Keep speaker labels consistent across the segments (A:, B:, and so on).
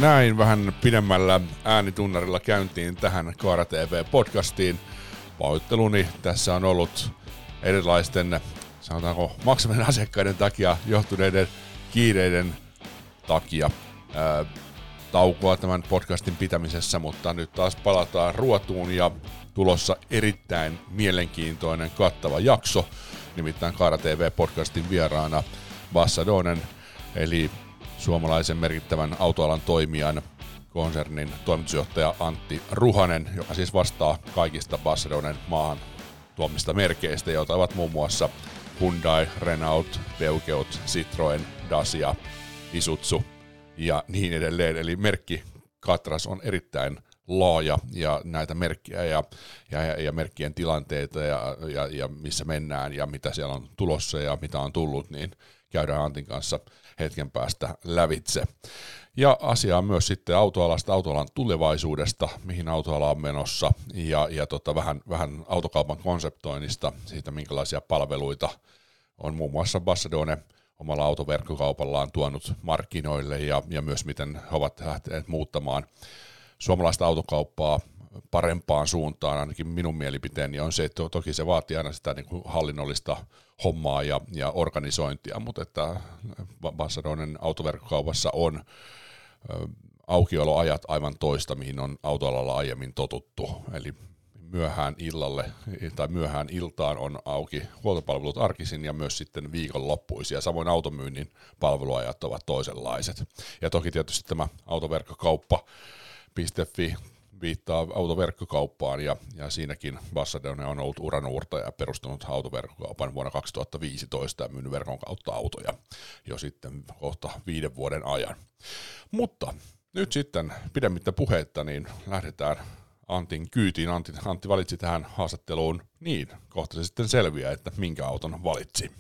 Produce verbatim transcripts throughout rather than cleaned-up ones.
A: näin vähän pidemmällä äänitunnarilla käyntiin tähän Kaara T V-podcastiin. Pahoitteluni tässä on ollut erilaisten, sanotaanko, maksaminen asiakkaiden takia johtuneiden kiireiden takia ää, taukoa tämän podcastin pitämisessä, mutta nyt taas palataan ruotuun ja tulossa erittäin mielenkiintoinen kattava jakso, nimittäin Kaara T V-podcastin vieraana Bassadonen, eli suomalaisen merkittävän autoalan toimijan konsernin toimitusjohtaja Antti Ruhanen, joka siis vastaa kaikista Bassadonen maahan tuomista merkeistä, joita ovat muun muassa Hyundai, Renault, Peugeot, Citroën, Dacia, Isuzu ja niin edelleen. Eli merkki katras on erittäin laaja ja näitä merkkiä ja, ja, ja merkkien tilanteita ja, ja, ja missä mennään ja mitä siellä on tulossa ja mitä on tullut, niin käydään Antin kanssa hetken päästä lävitse. Ja asiaa myös sitten autoalasta, autoalan tulevaisuudesta, mihin autoala on menossa ja, ja tota, vähän, vähän autokaupan konseptoinnista, siitä minkälaisia palveluita on muun muassa Bassadone omalla autoverkkokaupallaan tuonut markkinoille ja, ja myös miten he ovat lähteneet muuttamaan suomalaista autokauppaa parempaan suuntaan, ainakin minun mielipiteeni on se, että toki se vaatii aina sitä niin kuin hallinnollista hommaa ja, ja organisointia, mutta että Bassadonen autoverkkokaupassa on ä, aukioloajat aivan toista, mihin on autoalalla aiemmin totuttu, eli myöhään illalle tai myöhään iltaan on auki huoltopalvelut arkisin ja myös sitten viikonloppuisia. Samoin automyynnin palveluajat ovat toisenlaiset. Ja toki tietysti tämä autoverkkokauppa piste fi viittaa autoverkkokauppaan ja, ja siinäkin Bassadone on ollut uranuurtaja ja perustunut autoverkkokaupan vuonna kaksituhattaviisitoista ja myynyt verkon kautta autoja jo sitten kohta viiden vuoden ajan. Mutta nyt sitten pidemmittä puheitta niin lähdetään Antin kyytiin. Antti, Antti valitsi tähän haastatteluun, niin kohta se sitten selviää, että minkä auton valitsi.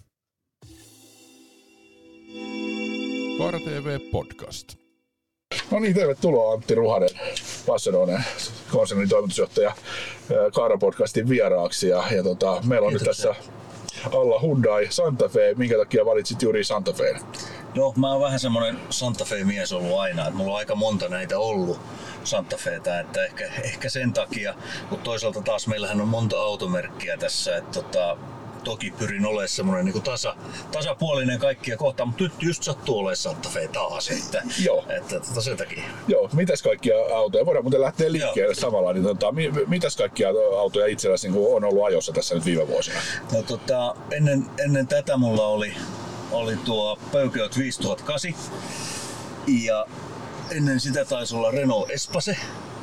A: Kaara T V Podcast.
B: No niin, tervetuloa Antti Ruhanen, Bassadonen konsernin toimitusjohtaja Kaara-podcastin vieraaksi. Ja, ja tota, meillä on Kiitos. Nyt tässä alla Hyundai Santa Fe. Minkä takia valitsit juuri Santa Fe?
C: No, mä oon vähän semmonen Santa Fe-mies ollut aina, että mulla on aika monta näitä ollut Santa Fetä, että ehkä, ehkä sen takia, mutta toisaalta taas meillähän on monta automerkkiä tässä, että tota, toki pyrin olemaan semmoinen niin kuin tasa, tasapuolinen kaikkia kohtaan, mutta nyt just sattuu olemaan Santa Fe taas, että,
B: Joo.
C: että, että sen takia.
B: Joo, mitäs kaikkia autoja, voidaan muuten lähteä liikkeelle samalla, niin tota, mitäs kaikkia autoja itselläsi niin on ollut ajossa tässä nyt viime vuosina?
C: No, tota, ennen, ennen tätä mulla oli, oli tuo Peugeot viisituhattakahdeksan ja ennen sitä taisi olla Renault Espace.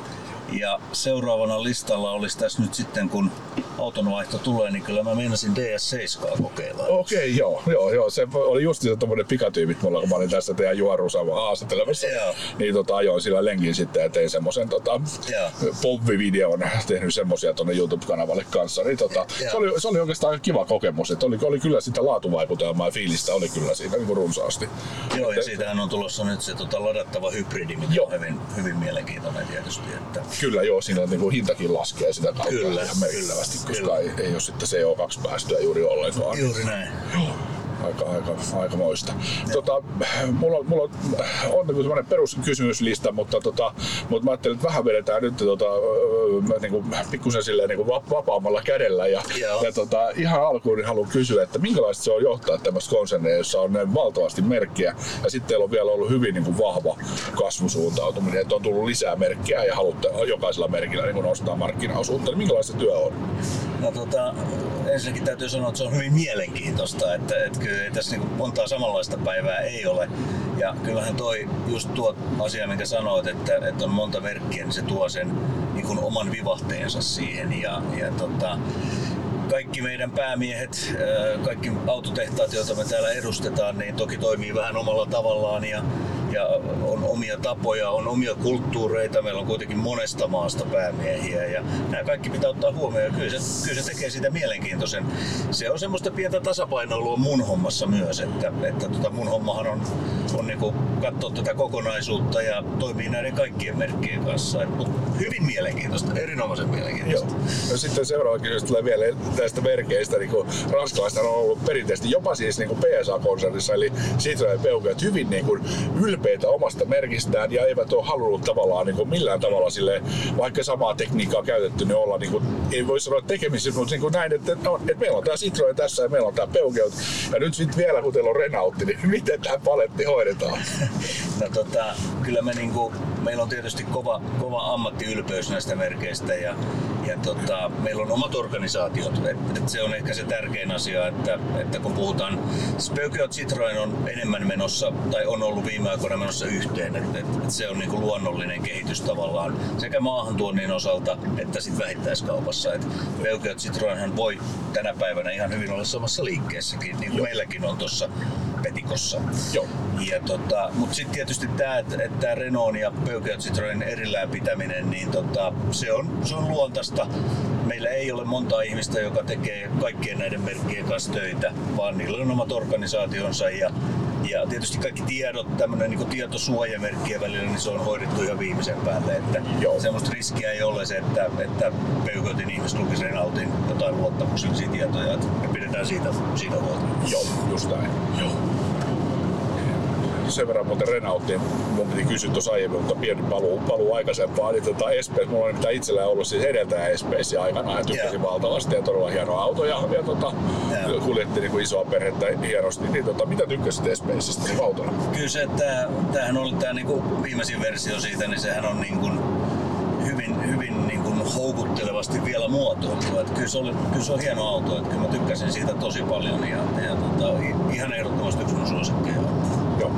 C: Ja seuraavana listalla olisi tässä nyt sitten, kun autonvaihto tulee, niin kyllä mä meinasin D S seitsemän kokeilla.
B: Okei, okay, joo, joo, joo. Se oli just se tommonen pikatyypit mulla, kun mä olin tässä teidän Juha Rusamaa haastattelemassa. Niin tota, ajoin sillä lenkin sitten ja tein semmosen tota, povvivideon, tehnyt semmosia tonne YouTube-kanavalle kanssa. Niin tota, se, oli, se oli oikeastaan aika kiva kokemus. Että oli, oli kyllä sitä laatuvaikutelmaa ja fiilistä oli kyllä siinä niin kuin runsaasti.
C: Joo, ja siitähän on tulossa nyt se tota, ladattava hybridi, mikä joo. on hyvin, hyvin mielenkiintoinen tietysti. Että
B: kyllä joo, siinä on, niin kuin hintakin laskee sitä kautta
C: kyllä,
B: ihan merkittävästi, koska
C: kyllä.
B: ei, ei ole sitten C O kaksi päästöä juuri ollenkaan.
C: Juuri näin.
B: Joo. Aika, aika, aika moista. Tota, mulla on, mulla on, on niin semmoinen peruskysymyslista, mutta, tota, mutta mä ajattelin, että vähän vedetään nyt tota, niin kuin, pikkusen silleen, niin kuin vapaammalla kädellä. Ja, ja tota, ihan alkuun niin haluan kysyä, että minkälaista se on johtaa tämmöistä konsernia, jossa on näin valtavasti merkkiä ja sitten teillä on vielä ollut hyvin niin kuin vahva kasvusuuntautuminen, että on tullut lisää merkkiä ja haluatte jokaisella merkillä niin kuin nostaa markkinaosuutta. Niin minkälaista työ on?
C: No, tota, ensinnäkin täytyy sanoa, että se on hyvin mielenkiintoista, että, että kyllä tässä niin montaa samanlaista päivää ei ole. Ja kyllähän toi just tuo asia, minkä sanoit, että, että on monta merkkiä, niin se tuo sen niin kuin oman vivahteensa siihen. Ja, ja tota, kaikki meidän päämiehet, kaikki autotehtaat, joita me täällä edustetaan, niin toki toimii vähän omalla tavallaan ja, ja on omia tapoja, on omia kulttuureita. Meillä on kuitenkin monesta maasta päämiehiä ja nämä kaikki pitää ottaa huomioon ja kyllä se, kyllä se tekee sitä mielenkiintoisen. Se on semmoista pientä tasapainoilua mun hommassa myös, että, että tota mun hommahan on, on niinku katsoa tätä kokonaisuutta ja toimii näiden kaikkien merkkien kanssa. Et, mutta hyvin mielenkiintoista, erinomaisen mielenkiintoista.
B: Joo. No sitten seuraava kysymys tulee vielä näistä merkeistä. Niin ranskalaista on ollut perinteisesti jopa siis niin P S A-konsernissa eli Citroën Peugeot hyvin niin kuin ylpeä ylpeitä omasta merkistään ja eivät ole halunnut tavallaan niin kuin millään tavalla silleen, vaikka samaa tekniikkaa käytetty, niin olla niin kuin, ei voi sanoa tekemisissä, mutta niin kuin näin, että, no, että meillä on tää Citroen tässä ja meillä on tää Peugeot ja nyt sitten vielä kun teillä on Renaultti, niin miten tämä paletti hoidetaan?
C: No tota, kyllä me niinku, meillä on tietysti kova, kova ammattiylpeys näistä merkeistä ja, ja tota, meillä on omat organisaatiot. Et, et se on ehkä se tärkein asia, että, että kun puhutaan, Peugeot Citroen on enemmän menossa tai on ollut viime aikoina menossa yhteen, että et, et se on niinku luonnollinen kehitys tavallaan sekä maahantuonnin osalta että sit vähittäiskaupassa. Et Peugeot Citroenhan voi tänä päivänä ihan hyvin olla samassa liikkeessäkin, niin kuin meilläkin on tuossa Petikossa.
B: Joo.
C: Ja tota, mutta sitten tietysti tämä, että, että Renault ja Peugeot Citroen erillään pitäminen, niin tota, se, on, se on luontaista. Meillä ei ole monta ihmistä, joka tekee kaikkien näiden merkkien kanssa töitä, vaan niillä on omat organisaationsa ja, ja tietysti kaikki tiedot, tämmöinen niin tietosuojamerkkien välillä, niin se on hoidettu ihan viimeisen päälle. Että semmoista riskiä ei ole se, että, että Peugeotin ihmiset lukisi Renaultin jotain luottamuksellisia tietoja, että me pidetään siitä, siitä huolta.
B: Joo, just näin.
C: Joo.
B: Sen verran muuten Renaulttiin, mun piti kysyä tuossa aiemmin, mutta pieni paluu, paluu aikaisempaan, niin tota Espace, mulla on nimittäin itsellään ollut siis edeltäjä Espace aikana ja tykkäsin yeah. valtavasti ja todella hieno auto ja, ja tota, yeah. kuljetti niin kuin isoa perhettä hienosti, niin tota, mitä tykkäsit Espaceista niin autona?
C: Kyllä se, että tämähän oli tämä niinku viimeisin versio siitä, niin sehän on niin kuin hyvin, hyvin niin kuin houkuttelevasti vielä muotoiltu. Että kyllä, se oli, kyllä se on hieno auto, että kyllä mä tykkäsin siitä tosi paljon ja, ja tota, ihan ehdottomasti yksi mun suosikkeja.
B: Joo.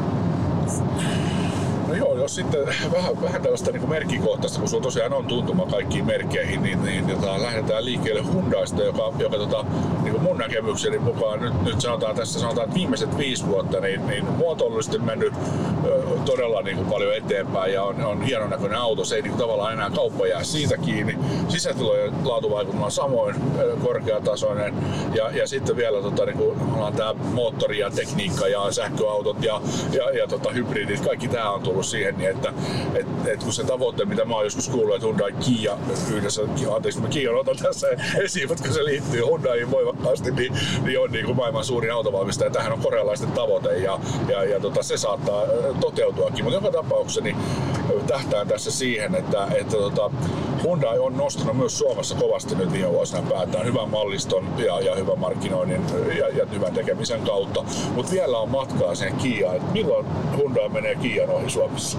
B: No joo, jos sitten vähän, vähän tällaista niin kuin merkkikohtaista, kun sulla tosiaan on tuntuma kaikkiin merkkeihin, niin, niin jota, lähdetään liikkeelle Hyundaista, joka, joka tota, niin kuin mun näkemykseni mukaan nyt, nyt sanotaan tässä sanotaan, että viimeiset viisi vuotta niin, niin muotoilullisesti mennyt ö, todella niin kuin paljon eteenpäin ja on, on hienon näköinen auto, se ei niin kuin, tavallaan enää kauppa jää siitä kiinni. Sisätilojen laatuvaikutelma on samoin ö, korkeatasoinen ja, ja sitten vielä tota, niin kuin, ollaan tää moottori ja tekniikka ja sähköautot ja, ja, ja tota, hybridit, kaikki tää on tullut siihen, niin että et, et kun se tavoite, mitä mä oon joskus kuullut, että Hyundai Kia yhdessä, anteeksi mä Kian otan tässä esiin, mutta kun se liittyy Hyundaiin voimakkaasti, niin, niin on niin kuin maailman suurin autovalmistaja. Tämähän on korealaisten tavoite ja, ja, ja tota, se saattaa toteutuakin, mutta joka tapauksessa niin tähtään tässä siihen, että, että tota, Hyundai on nostanut myös Suomessa kovasti nyt viime vuosina päätään hyvän malliston ja, ja hyvän markkinoinnin ja, ja hyvän tekemisen kautta, mutta vielä on matkaa sen Kiaan, että milloin Hyundai menee Kian ohi Suomessa?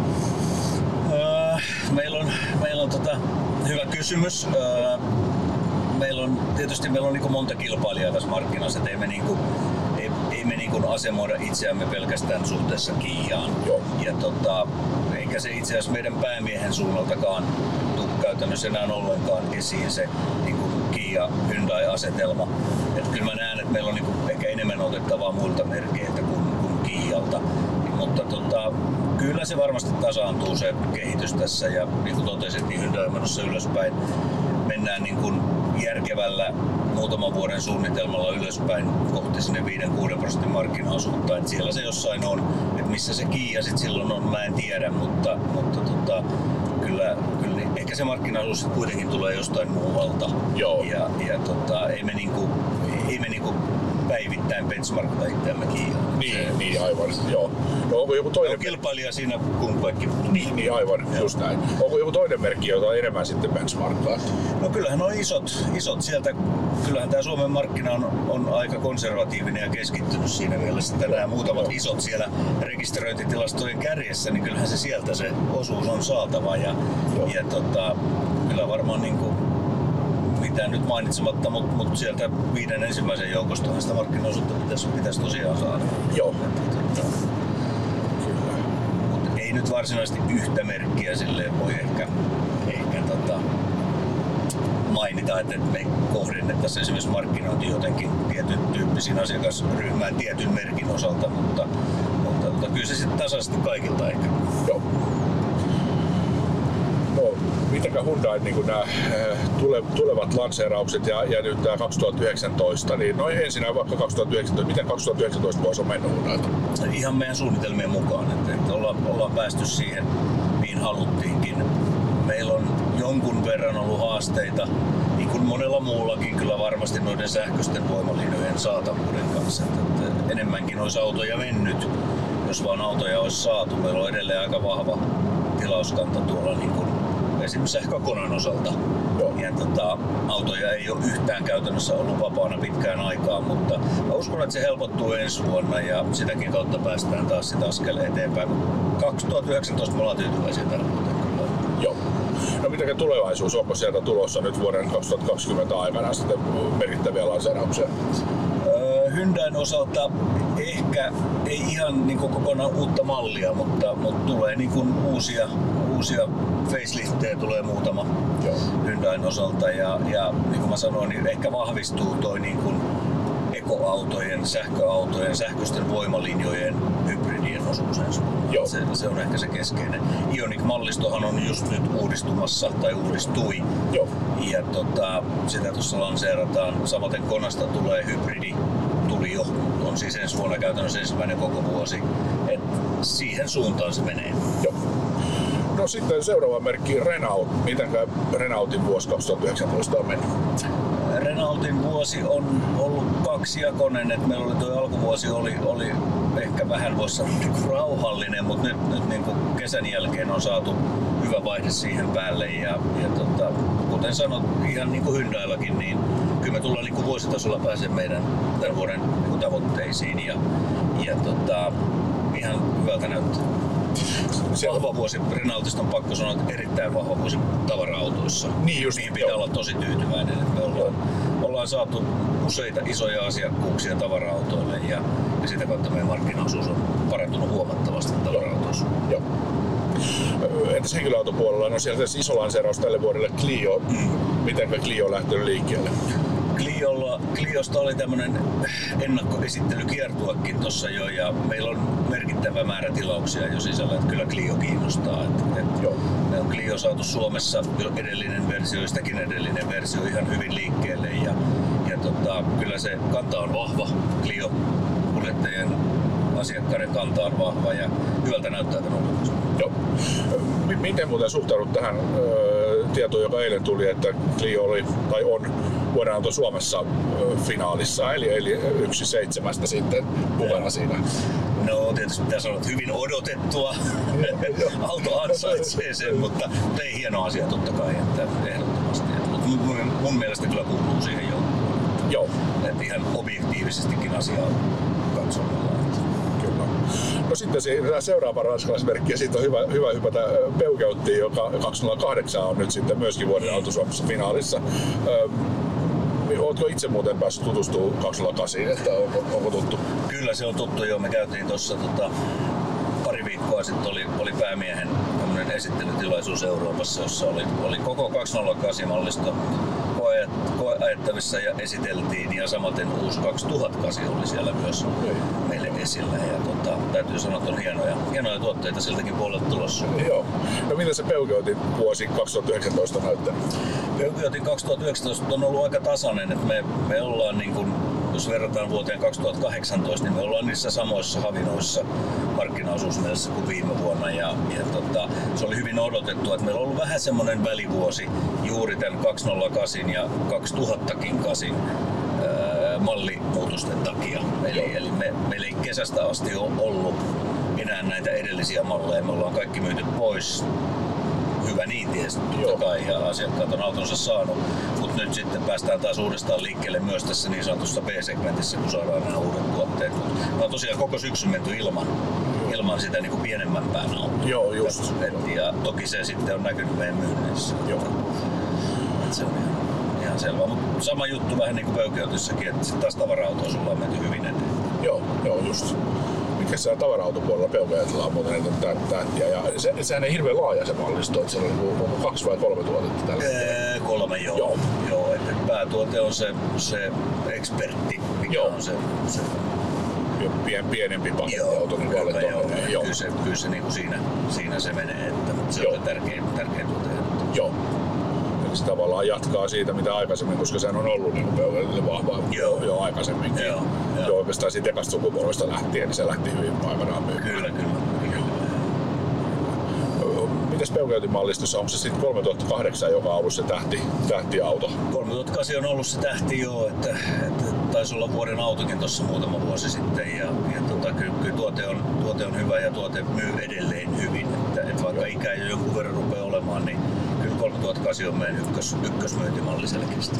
C: Öö, meillä on, meillä on tota, hyvä kysymys. Öö, meillä on, tietysti meillä on niin kuin monta kilpailijaa tässä markkinassa, että ei me, niin kuin, ei, ei me niin kuin asemoida itseämme pelkästään suhteessa Kiaan.
B: Joo.
C: Ja tota, eikä se itse asiassa meidän päämiehen suunnaltakaan tule käytännössä enää ollenkaan esiin se niin kuin Kia Hyundai-asetelma. Että kyllä mä näen, että meillä on niin kuin ehkä enemmän otettavaa muilta merkeiltä kuin, kuin Kialta. Mutta tota, kyllä se varmasti tasaantuu se kehitys tässä ja niin kuin totesit, niin Hyundai on menossa ylöspäin. Mennään niin kuin järkevällä muutaman vuoden suunnitelmalla ylöspäin kohti sinne viiden kuuden prosentin markkinaosuutta. Et siellä se jossain on, että missä se Kia sit silloin on, mä en tiedä, mutta, mutta tota, kyllä, kyllä ehkä se markkinaosuus sit kuitenkin tulee jostain muualta.
B: Joo.
C: Ja, ja tota, ei me, niinku, ei me niinku päivittäin benchmarkata itseämme Kiaan.
B: Niin, niin aivan, joo. No, onko joku toinen...
C: On kilpailija siinä kuin kaikki.
B: Niin, niin aivan, joo. Just näin. Onko joku toinen merkki, jota enemmän sitten benchmarkkaa?
C: No kyllähän on isot, isot sieltä. Kyllähän tämä Suomen markkina on, on aika konservatiivinen ja keskittynyt siinä mielessä, että nämä muutamat isot siellä rekisteröintitilastojen kärjessä, niin kyllähän se sieltä se osuus on saatava. Ja, ja tota, kyllä varmaan niin kuin, mitään nyt mainitsematta, mutta mut sieltä viiden ensimmäisen joukostahan sitä markkinaosuutta pitäisi, pitäisi tosiaan saada.
B: Joo.
C: Tota, mutta ei nyt varsinaisesti yhtä merkkiä silleen voi ehkä, ehkä tota, mainita, että me kohdennettaisiin esimerkiksi markkinointi jotenkin tietyn tyyppisiin asiakasryhmään tietyn merkin osalta, mutta, mutta, mutta kyllä se sitten tasaisesti kaikilta ehkä.
B: Joo. No, mitenkä Hyundai niin nämä tulevat lanseeraukset ja, ja nyt tämä kaksituhattayhdeksäntoista, niin no ensinnä vaikka kaksituhattayhdeksäntoista, miten kaksituhattayhdeksäntoista vuosi on mennyt Hyundailta?
C: Ihan meidän suunnitelmien mukaan, että, että ollaan, ollaan päästy siihen, mihin haluttiinkin. Meillä on jonkun verran ollut haasteita, niin kuin monella muullakin kyllä varmasti noiden sähköisten voimalinjojen saatavuuden kanssa. Että enemmänkin olisi autoja mennyt jos vaan autoja olisi saatu. Meillä on edelleen aika vahva tilauskanta tuolla niin kuin esimerkiksi sähkökoneen osalta. Ja tota, autoja ei ole yhtään käytännössä ollut vapaana pitkään aikaa, mutta mä uskon, että se helpottuu ensi vuonna ja sitäkin kautta päästään taas sitä askel eteenpäin. kaksituhattayhdeksäntoista me ollaan tyytyväisiä tällä vuoteen kyllä.
B: Joo. No mitenkä tulevaisuus, onko sieltä tulossa nyt vuoden kaksituhattakaksikymmentä aikana sitten merkittäviä lanseerauksia?
C: Hyundain osalta ehkä ei ihan niin kuin kokonaan uutta mallia, mutta, mutta tulee niin kuin uusia, uusia faceliftejä tulee muutama Joo. Hyundain osalta ja, ja niin kuin mä sanoin, niin ehkä vahvistuu toi niin kuin ekoautojen, sähköautojen, sähköisten voimalinjojen, hybridien osuus ensi vuonna. Se, se on ehkä se keskeinen. Ioniq-mallistohan on just nyt uudistumassa tai uudistui. Joo. Ja tota, sitä tuossa lanseerataan. Samaten Konasta tulee hybridi. Tuli jo. On siis ensi vuonna käytännössä ensimmäinen koko vuosi. Et siihen suuntaan se menee. Joo.
B: No sitten seuraava merkki Renault. Mitenkä Renaultin vuosi kaksituhattayhdeksäntoista on mennyt?
C: Renaultin vuosi on ollut kaksijakoinen, että meillä oli tuo alkuvuosi oli, oli ehkä vähän voisi sanoa niin rauhallinen, mutta nyt, nyt niin kuin kesän jälkeen on saatu hyvä vaihde siihen päälle ja, ja tota, kuten sanot, ihan niin kuin Hyundaillakin, niin kyllä me tullaan niin kuin vuositasolla pääsemään meidän tämän vuoden niin kuin tavoitteisiin ja, ja tota, ihan hyvältä näyttää. Vahva vuosi Renaultista on pakko sanoa, että erittäin vahva vuosi tavara-autoissa.
B: Niin just,
C: Niihin pitää
B: joo.
C: olla tosi tyytyväinen. Että me ollaan, ollaan saatu useita isoja asiakkuuksia tavara-autoille ja, ja sitä kautta meidän markkinaosuus on parantunut huomattavasti tavara-autoissa.
B: Joo. Entäs henkilöautopuolella, no sieltä iso lanseeraus tälle vuodelle Clio. Mm. Miten Clio on lähtenyt liikkeelle?
C: Cliolla, Cliosta oli tämmönen ennakkoesittelykiertuekin tossa jo ja meillä on merkittävä määrä tilauksia jo sisällä, että kyllä Clio kiinnostaa. Et, et Joo. Me on Clio saatu Suomessa jo edellinen versio ja sitäkin edellinen versio ihan hyvin liikkeelle ja, ja tota, kyllä se kanta on vahva. Clio kuljettajien asiakkaiden kanta on vahva ja hyvältä näyttää tämän uudistus.
B: Joo. Miten muuten suhtaudut tähän ö, tietoon, joka eilen tuli, että Clio oli tai on vuoden auto Suomessa ö, finaalissa, eli, eli yksi seitsemästä sitten mukana siinä?
C: No tietysti pitää sanoa, että hyvin odotettua. Auto ansaitsee sen, mutta ei hieno asia totta kai, että ehdottomasti. Mutta mun, mun mielestä kyllä kuuluu siihen joukkoon.
B: Joo.
C: Että ihan objektiivisestikin asiaa katsomalla.
B: Kyllä. No sitten seuraava ranskalaismerkki, ja siitä on hyvä, hyvä hypätä Peugeottiin, joka kaksituhattakahdeksan on nyt sitten myöskin vuoden auto Suomessa finaalissa. Ö, Oletko itse muuten päässyt tutustumaan kaksituhattakahdeksan, että onko, onko tuttu?
C: Kyllä se on tuttu jo. Me käytiin tuossa tota, pari viikkoa sitten oli, oli päämiehen esittelytilaisuus Euroopassa, jossa oli, oli koko kaksituhattakahdeksan mallisto koeajettavissa ja esiteltiin ja samaten uusi kaksituhattakahdeksan oli siellä myös meille esillä ja tota, täytyy sanoa, että on hienoja, hienoja tuotteita siltäkin puolelta tulossa.
B: Joo. No mitä se Peugeotin vuosi kaksituhattayhdeksäntoista näyttää?
C: Peugeotin kaksituhattayhdeksäntoista on ollut aika tasainen, että me, me ollaan niin kuin, jos verrataan vuoteen kaksituhattakahdeksantoista, niin me ollaan niissä samoissa havinoissa markkinaosuusmielessä kuin viime vuonna ja, ja tota, se oli hyvin odotettu, että meillä on ollut vähän semmoinen välivuosi juuri tämän kaksituhattakahdeksan ja kaksituhattakin kasin ää, mallimuutosten takia. Eli, eli me, meillä ei kesästä asti ole ollut enää näitä edellisiä malleja, me ollaan kaikki myyty pois. Hyvä niin tietysti totta kai ja asiakkaat on autonsa saanut, mutta nyt sitten päästään taas uudestaan liikkeelle myös tässä niin sanotussa B-segmentissä, kun saadaan nämä uudet tuotteet. Mä on tosiaan koko syksyn menty ilman, ilman sitä niin kuin pienemmän pään autoa.
B: Joo, just.
C: Ja toki se sitten on näkynyt meidän myynnissä.
B: Joo.
C: Et se on ihan, ihan selvä. Mutta sama juttu vähän niin kuin Peugeotissakin, että taas tavara-autoa sulla on menty hyvin eteen.
B: Joo, joo just. Mikä siellä tavara-autopuolella Peugeotilla on muuten näitä tähtiä ja se, sehän ei hirveän laaja se mallisto, että siellä on niinku kaksi vai kolme tuotetta tällä
C: Eee, kolme joo.
B: Joo.
C: joo että päätuote on se, se Expertti, mikä joo. on se, se
B: Pien, pienempi pakettiauto. Niin
C: kyllä, joo. Joo. Kyllä se, kyllä se niin siinä, siinä se menee, että se joo. on se tärkein, tärkein tuote.
B: Joo. Eli se tavallaan jatkaa siitä, mitä aikaisemmin, koska sehän on ollut niin Peugeotille vahvaa jo, jo aikaisemminkin. Joo. Jo oikeastaan siitä ekasta sukupolvesta lähtien, niin se lähti hyvin aikanaan myymään.
C: Kyllä, kyllä. kyllä.
B: Mites Peugeotin mallistossa, onko se sitten kolmetuhattakahdeksan, joka on ollut se tähti, tähtiauto?
C: kolmetuhattakahdeksan on ollut se tähti joo, että, että taisi olla vuoden autokin tuossa muutama vuosi sitten ja, ja tota, kyllä, kyllä tuote, on, tuote on hyvä ja tuote myy edelleen hyvin. Että, että vaikka ikä jo jonkun verran rupeaa olemaan, niin kyllä kolmetuhattakahdeksan on meidän ykkös, ykkösmyyntimalli selkeästi.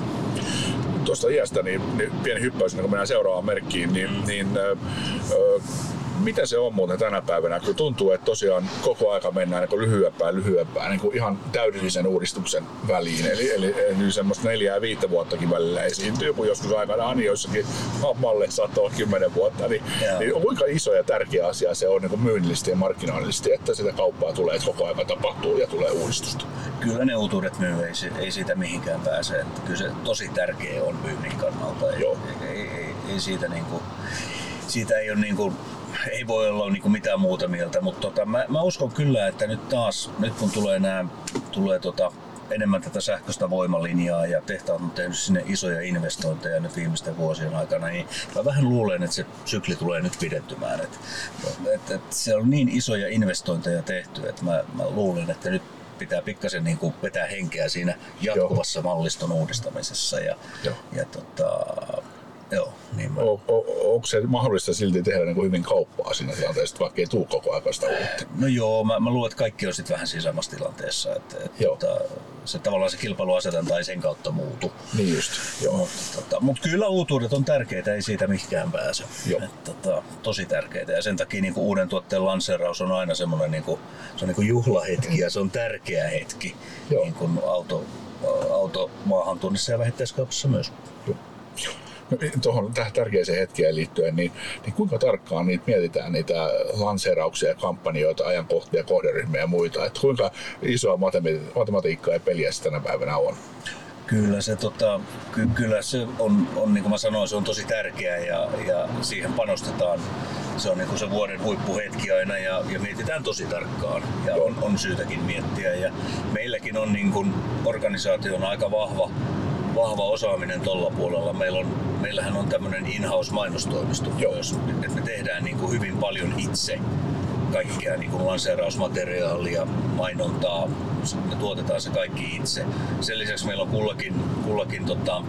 B: Tuosta iästä niin, niin pieni hyppäys, kun mennään seuraavaan merkkiin, niin, mm. niin ö, ö, miten se on muuten tänä päivänä, kun tuntuu, että tosiaan koko aika mennään niin lyhyempään lyhyempään niin ihan täydellisen uudistuksen väliin. Eli, eli, eli semmoista neljää ja viittä vuottakin välillä esiintyy, kun joskus aikanaan niin joissakin malleissa saattaa olla kymmenen vuotta. Niin, niin kuinka iso ja tärkeä asia se on niin myynnillisesti ja markkinoinnillisesti, että sitä kauppaa tulee, että koko aika tapahtuu ja tulee uudistusta?
C: Kyllä ne uutuudet myy, ei, ei siitä mihinkään pääse. Että kyllä se tosi tärkeä on myynnin kannalta. Ei, ei, ei, ei siitä, niin kuin, siitä ei ole niin kuin, ei voi olla niinku mitään muuta mieltä, mutta tota, mä, mä uskon kyllä, että nyt taas, nyt kun tulee, nää, tulee tota, enemmän tätä sähköistä voimalinjaa ja tehtaat on tehnyt sinne isoja investointeja nyt viimeisten vuosien aikana, niin mä vähän luulen, että se sykli tulee nyt pidettymään. Et, et, et se on niin isoja investointeja tehty, että mä, mä luulen, että nyt pitää pikkasen niin kuin vetää henkeä siinä jatkuvassa Joo. malliston uudistamisessa. Ja, ja tota, Joo, niin mä...
B: o, o, onko se mahdollista silti tehdä niin kuin hyvin kauppaa siinä tilanteessa, vaikka ei tule koko ajan sitä uutta?
C: No joo, mä, mä luulen, että kaikki on sitten vähän siinä samassa tilanteessa. Että, että tota, se, tavallaan se kilpailuasetanta ei sen kautta muutu.
B: Niin just, joo.
C: Mutta tota, mut kyllä uutuudet on tärkeitä, ei siitä mihinkään pääse. Et, tota, tosi tärkeitä ja sen takia niin kuin uuden tuotteen lanseeraus on aina semmoinen niin kuin, se on niin kuin juhlahetki ja se on tärkeä hetki niin kuin auto, auto maahantunnissa ja vähittäiskaupassa myös.
B: Joo. No, tuohon tähän tärkeäseen hetkeen liittyen, niin, niin kuinka tarkkaan niitä mietitään, niitä lanseerauksia ja kampanjoita, ajankohtia, kohderyhmiä ja muita, että kuinka isoa matematiikkaa ja peliä se tänä päivänä on?
C: Kyllä se, tota, ky, kyllä se on, on, niin kuin mä sanoin, se on tosi tärkeää ja, ja siihen panostetaan. Se on niin kuin se vuoden huippuhetki aina ja, ja mietitään tosi tarkkaan ja on, on syytäkin miettiä. Ja meilläkin on niin kuin organisaation aika vahva vahva osaaminen tuolla puolella. Meillä on, meillähän on tämmöinen in-house mainostoimisto, myös, että me tehdään niin kuin hyvin paljon itse kaikkea niin kuin lanseerausmateriaalia, mainontaa, me tuotetaan se kaikki itse. Sen lisäksi meillä on kullakin, kullakin, tota,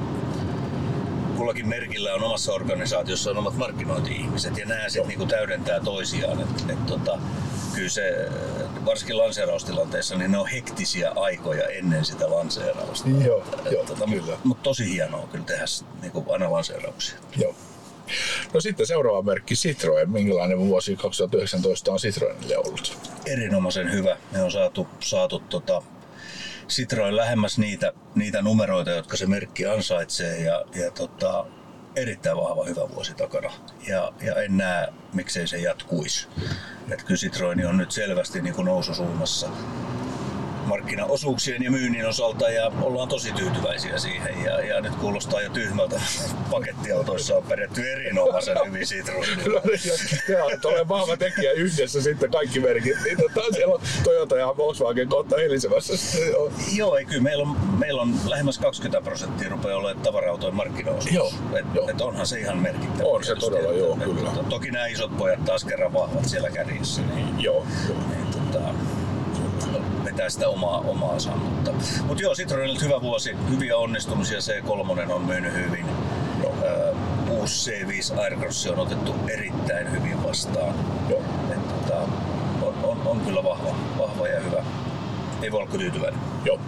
C: kullakin merkillä on omassa organisaatiossa on omat markkinointi-ihmiset ja nämä sitten niin kuin täydentää toisiaan. Et, et, tota, kyllä se, varsinkin lanseeraustilanteessa, niin ne on hektisiä aikoja ennen sitä lanseerausta.
B: Joo,
C: et,
B: joo,
C: tota,
B: kyllä.
C: Mutta tosi hienoa kyllä tehdä niin kuin aina lanseerauksia.
B: Joo. No sitten seuraava merkki Citroën. Minkälainen vuosi kaksituhattayhdeksäntoista on Citroënille ollut?
C: Erinomaisen hyvä. Me on saatu, saatu tota, Citroën lähemmäs niitä, niitä numeroita, jotka se merkki ansaitsee ja, ja tota, erittäin vahva hyvä vuosi takana. Ja, ja en näe, miksei se jatkuisi. Et kyllä Citroën on nyt selvästi niin kuin noususuunnassa markkinaosuuksien ja myynnin osalta ja ollaan tosi tyytyväisiä siihen ja, ja nyt kuulostaa jo tyhmältä. Pakettiautoissa on pärjätty erinomaisen hyvin Citroenilla.
B: No niin, joo, tuolle vahva tekijä yhdessä sitten kaikki merkit, niin tota, siellä on Toyota ja Volkswagen kohta helisemässä.
C: Joo, ei kyllä. Meillä on, meillä on lähemmäs kaksikymmentä prosenttia rupeaa olemaan tavara-autojen markkinaosuus.
B: Joo,
C: et,
B: joo.
C: Et onhan se ihan merkittävä.
B: On se todella,
C: että,
B: joo,
C: että,
B: kyllä.
C: Että, toki nämä isot pojat taas kerran vahvat siellä kärjissä. Niin,
B: joo, joo.
C: Niin, tota, vetää sitä omaa, omaansa. Mutta, mutta joo, Citroenilta hyvä vuosi, hyviä onnistumisia, C kolme on myynyt hyvin. Joo. Uh, uusi C viisi Aircross on otettu erittäin hyvin vastaan.
B: Joo.
C: Et, tota, on, on, on kyllä vahva, vahva ja hyvä. Ei voi olla tyytyväinen.
B: Joo.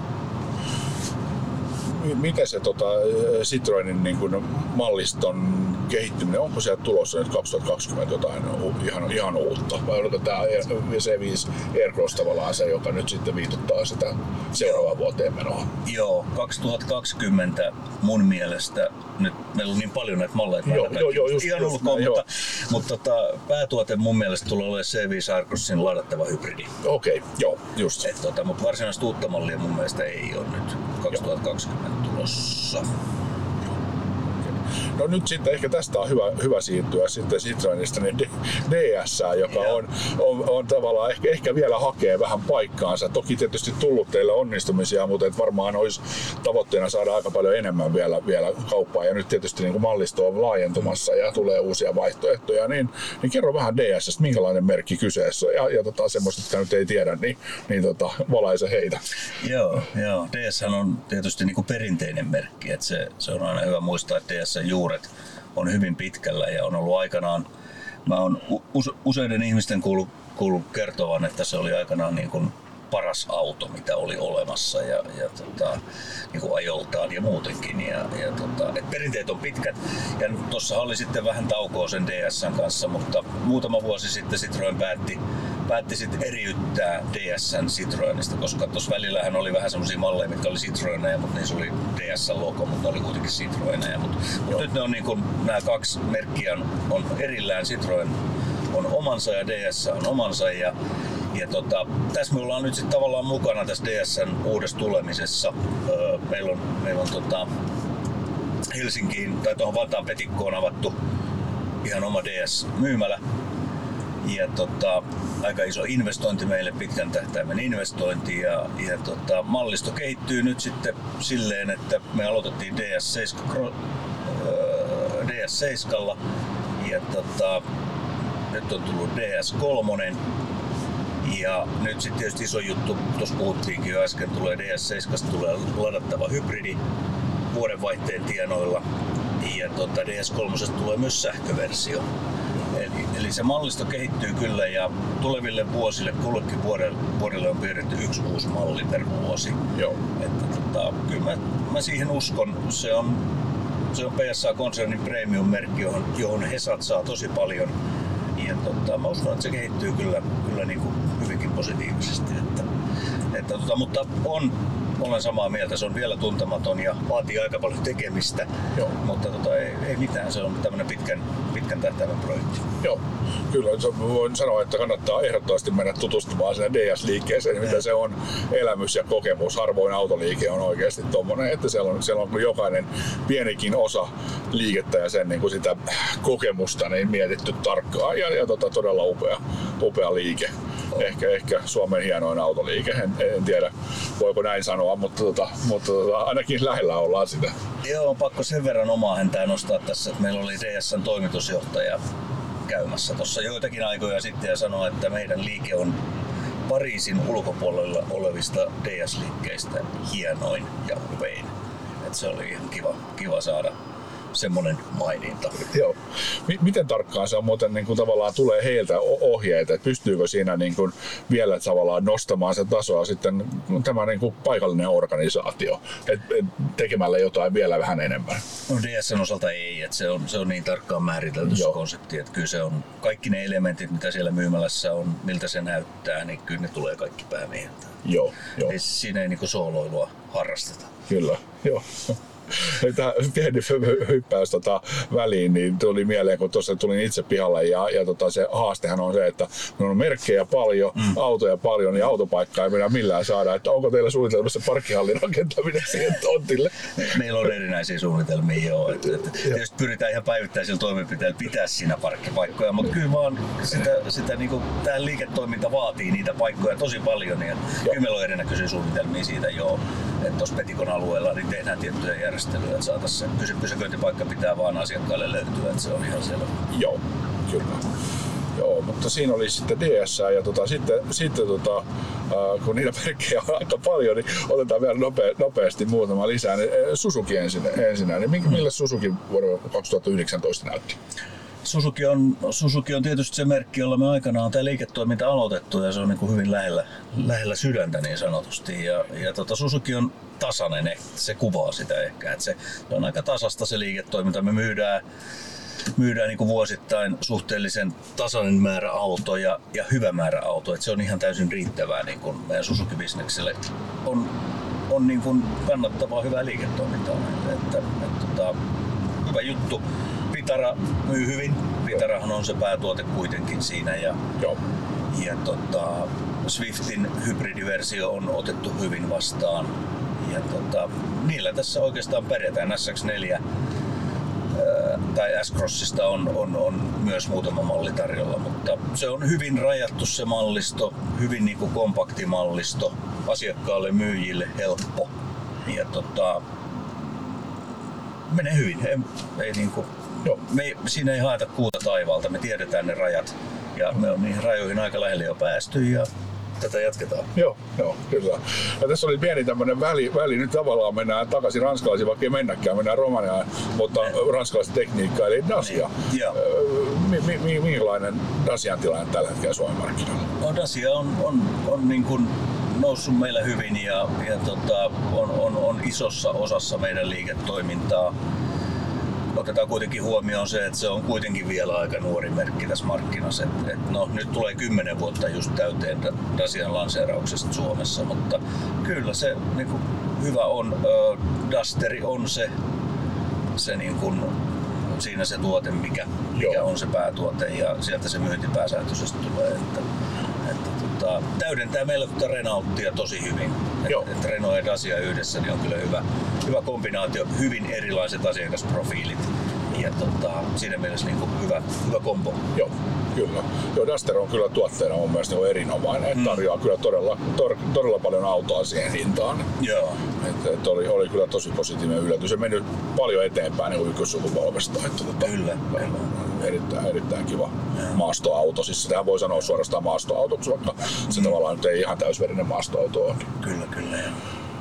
B: Miten se tota, Citroenin niin kuin malliston kehittyminen, onko sieltä tulossa nyt kaksituhattakaksikymmentä jotain ihan, ihan uutta? Vai oliko tämä C viisi Aircross tavallaan se, joka nyt sitten viitottaa sitä seuraavaan vuoteen menoa?
C: Joo, kaksituhattakaksikymmentä mun mielestä, nyt meillä on niin paljon näitä malleja, että
B: joo, joo, joo, just,
C: ihan
B: just,
C: ulkoa,
B: joo.
C: mutta, mutta tota, päätuote mun mielestä tulee olemaan C viisi Aircrossin ladattava hybridi.
B: Okei, okay, joo, just.
C: Et, tota, mutta varsinaista uutta mallia mun mielestä ei ole nyt kaksituhattakaksikymmentä tulossa.
B: No nyt sitten ehkä tästä on hyvä, hyvä siirtyä sitten Citroenista niin D S, joka on, on, on tavallaan ehkä, ehkä vielä hakee vähän paikkaansa. Toki tietysti tullut teille onnistumisia, mutta et varmaan olisi tavoitteena saada aika paljon enemmän vielä, vielä kauppaa. Ja nyt tietysti niin kuin mallisto on laajentumassa ja tulee uusia vaihtoehtoja. Niin, niin kerro vähän D S:stä, minkälainen merkki kyseessä ja, ja tota, semmoista, jotka nyt ei tiedä, niin, niin tota, valaise heitä.
C: Joo, joo. D S on tietysti niin kuin perinteinen merkki. Että se, se on aina hyvä muistaa, että D S juuret on hyvin pitkällä ja on ollut aikanaan, mä oon useiden ihmisten kuullut, kuullut kertovan, että se oli aikanaan niin kuin paras auto, mitä oli olemassa ja, ja tota, niin kuin ajoltaan ja muutenkin. Ja, ja tota, et perinteet on pitkät ja tuossa oli sitten vähän taukoa sen D S:n kanssa, mutta muutama vuosi sitten Citroën päätti, päätti sitten eriyttää D S:n Citroënista, koska tuossa välillähän oli vähän semmosia malleja, mitkä oli Citroëneja, mutta niissä oli D S:n logo, mutta oli kuitenkin Citroëneja. Mutta mut nyt ne on niin kuin, nämä kaksi merkkiä on, on erillään. Citroën on omansa ja D S on omansa. Ja, Ja tota, tässä me ollaan nyt sitten tavallaan mukana tässä D S:n uudessa tulemisessa. Öö, meillä on, meillä on tota Helsinkiin tai tuohon Vantaan Petikkoon avattu ihan oma D S-myymälä. Ja tota, aika iso investointi meille, pitkän tähtäimen investointi. Ja, ja tota, mallisto kehittyy nyt sitten silleen, että me aloitettiin D S seitsemän, öö, D S seitsemän ja tota, nyt on tullut D S kolme. Ja nyt sitten tietysti iso juttu, tuossa puhuttiinkin jo äsken, tulee D S seitsemän, tulee ladattava hybridi vuodenvaihteen tienoilla. Ja tota, D S kolme tulee myös sähköversio. Eli, eli se mallisto kehittyy kyllä ja tuleville vuosille, kullekin vuodelle, vuodelle on piirretty yksi uusi malli per vuosi.
B: Joo.
C: Että, tota, kyllä mä, mä siihen uskon. Se on, se on P S A-konsernin premium-merkki, johon, johon he satsaa tosi paljon. Ja tota, mä uskon, että se kehittyy kyllä, kyllä niin kuin hyvinkin positiivisesti. Että, että, tota, mutta on, olen samaa mieltä, se on vielä tuntematon ja vaatii aika paljon tekemistä.
B: Joo.
C: Mutta tota, ei, ei mitään, se on tämmöinen pitkän, pitkän tähtäimen projekti.
B: Joo, kyllä voin sanoa, että kannattaa ehdottomasti mennä tutustumaan sinne D S-liikkeeseen, mm. mitä se on elämys ja kokemus. Harvoin autoliike on oikeasti tommonen, että siellä on, siellä on jokainen pienikin osa liikettä ja sen niin kuin sitä kokemusta niin mietitty tarkkaan ja, ja tota, todella upea, upea liike. Ehkä, ehkä Suomen hienoin autoliike, en, en tiedä voiko näin sanoa, mutta, tota, mutta tota, ainakin lähellä ollaan sitä.
C: Joo, on pakko sen verran omaa häntää nostaa tässä, että meillä oli D S:n toimitusjohtaja käymässä tuossa joitakin aikoja sitten ja sanoi, että meidän liike on Pariisin ulkopuolella olevista D S-liikkeistä hienoin ja upein. Et se oli ihan kiva, kiva saada semmoinen maininta.
B: Joo. M- miten tarkkaan se on muuten niin kuin tavallaan tulee heiltä ohjeita, että pystyykö siinä niin kuin vielä tavallaan nostamaan sen tasoa sitten tämä niin kuin paikallinen organisaatio, et, et tekemällä jotain vielä vähän enemmän?
C: No D S:n osalta ei, että se on, se on niin tarkkaan määritelty se konsepti, että kyllä se on kaikki ne elementit, mitä siellä myymälässä on, miltä se näyttää, niin kyllä ne tulee kaikki päämieheltä.
B: Joo, joo.
C: Ei, siinä ei niin kuin sooloilua harrasteta.
B: Kyllä, joo. Tämä pieni hyppäys tota, väliin, niin tuli mieleen, kun tuossa tulin itse pihalle ja, ja tota, se haastehan on se, että on merkkejä paljon, mm. autoja paljon ja autopaikkaa ei mennä millään saada. Että onko teillä suunnitelmassa parkkihallin rakentaminen siihen tontille?
C: Meillä on erinäisiä suunnitelmia jo. Et, et, tietysti pyritään ihan päivittäisillä toimenpiteillä pitää siinä parkkipaikkoja, mutta kyllä vaan sitä, sitä niin kuin, tämä liiketoiminta vaatii niitä paikkoja tosi paljon. Ja kyllä meillä on erinäköisiä suunnitelmia siitä jo, että tuossa Petikon alueella niin tehdään tiettyjä järjestelmiä. Että saataisiin se pysäköintipaikka pitää vaan asiakkaalle löytyä, että se on ihan selvä.
B: Joo, kyllä. Joo, mutta siinä oli sitten D S ja tota, sitten, sitten tota, äh, kun niitä merkkejä on aika paljon, niin otetaan vielä nopea, nopeasti muutama lisää. Niin, Suzuki ensin, ensinnä, niin minkä, millä Suzuki vuonna kaksituhattayhdeksäntoista näytti?
C: Suzuki on, Suzuki on tietysti se merkki, jolla me aikanaan on tämä liiketoiminta aloitettu ja se on niin kuin hyvin lähellä, lähellä sydäntä niin sanotusti. Ja, ja tota, Suzuki on tasainen, se kuvaa sitä ehkä, että se on aika tasasta se liiketoiminta. Me myydään, myydään niin kuin vuosittain suhteellisen tasainen määrä autoja ja hyvä määrä autoja, että se on ihan täysin riittävää niin kuin meidän Suzuki-bisnekselle. On, on niin kuin kannattavaa hyvää liiketoimintaa meille, että, että, että hyvä juttu. Vitara myy hyvin. Vitarahan on se päätuote kuitenkin siinä ja,
B: Joo.
C: ja tota, Swiftin hybridiversio on otettu hyvin vastaan. Ja tota, niillä tässä oikeastaan pärjätään. S X neljä ää, tai S-Crossista on, on, on myös muutama malli tarjolla, mutta se on hyvin rajattu se mallisto, hyvin niin kuin kompakti mallisto, asiakkaalle, myyjille helppo. Ja tota, menee hyvin. Ei, ei niin kuin, Joo. Me, siinä ei haeta kuuta taivaalta, me tiedetään ne rajat ja me on niihin rajoihin aika lähelle jo päästy ja tätä jatketaan.
B: Joo, joo, kyllä. Ja tässä oli pieni tämmöinen väli, väli, nyt tavallaan mennään takaisin ranskalaisiin, vaikka ei mennäkään, mennään Romaniaan, mutta ranskalaista tekniikkaa, eli Dacia. Niin. Mi, mi, minkälainen Dacian tilanne tällä hetkellä Suomen markkinoilla?
C: No, Dacia on, on, on niin kuin noussut meillä hyvin ja, ja tota, on, on, on isossa osassa meidän liiketoimintaa. Otetaan kuitenkin huomioon se, että se on kuitenkin vielä aika nuori merkki tässä markkinassa. Et, et no, nyt tulee kymmenen vuotta just täyteen Dacian lanseerauksesta Suomessa, mutta kyllä se niin kuin, hyvä on. Ö, Dusteri on se, se niin kuin, siinä se tuote, mikä, mikä on se päätuote ja sieltä se myynti pääsääntöisesti tulee. Että, että, tota, täydentää meillä tuota Renaultia tosi hyvin. Et, et Renault ja Dacia yhdessä niin on kyllä hyvä, hyvä kombinaatio, hyvin erilaiset asiakasprofiilit ja tota, siinä mielessä niin kuin hyvä, hyvä kombo.
B: Joo, kyllä. Joo, Duster on kyllä tuotteena mun mielestä niin erinomainen. Mm. Tarjoaa kyllä todella, tor, todella paljon autoa siihen hintaan.
C: Joo.
B: Et, et oli, oli kyllä tosi positiivinen yllätys. Se meni paljon eteenpäin niin ykkössukupolvesta. Tota,
C: kyllä, kyllä.
B: Erittäin, erittäin kiva ja. maastoauto. Siis sitähän voi sanoa suorastaan maastoautoksi, vaikka mm. se tavallaan nyt ei ihan täysverinen maastoauto ole.
C: Kyllä, kyllä. Ja.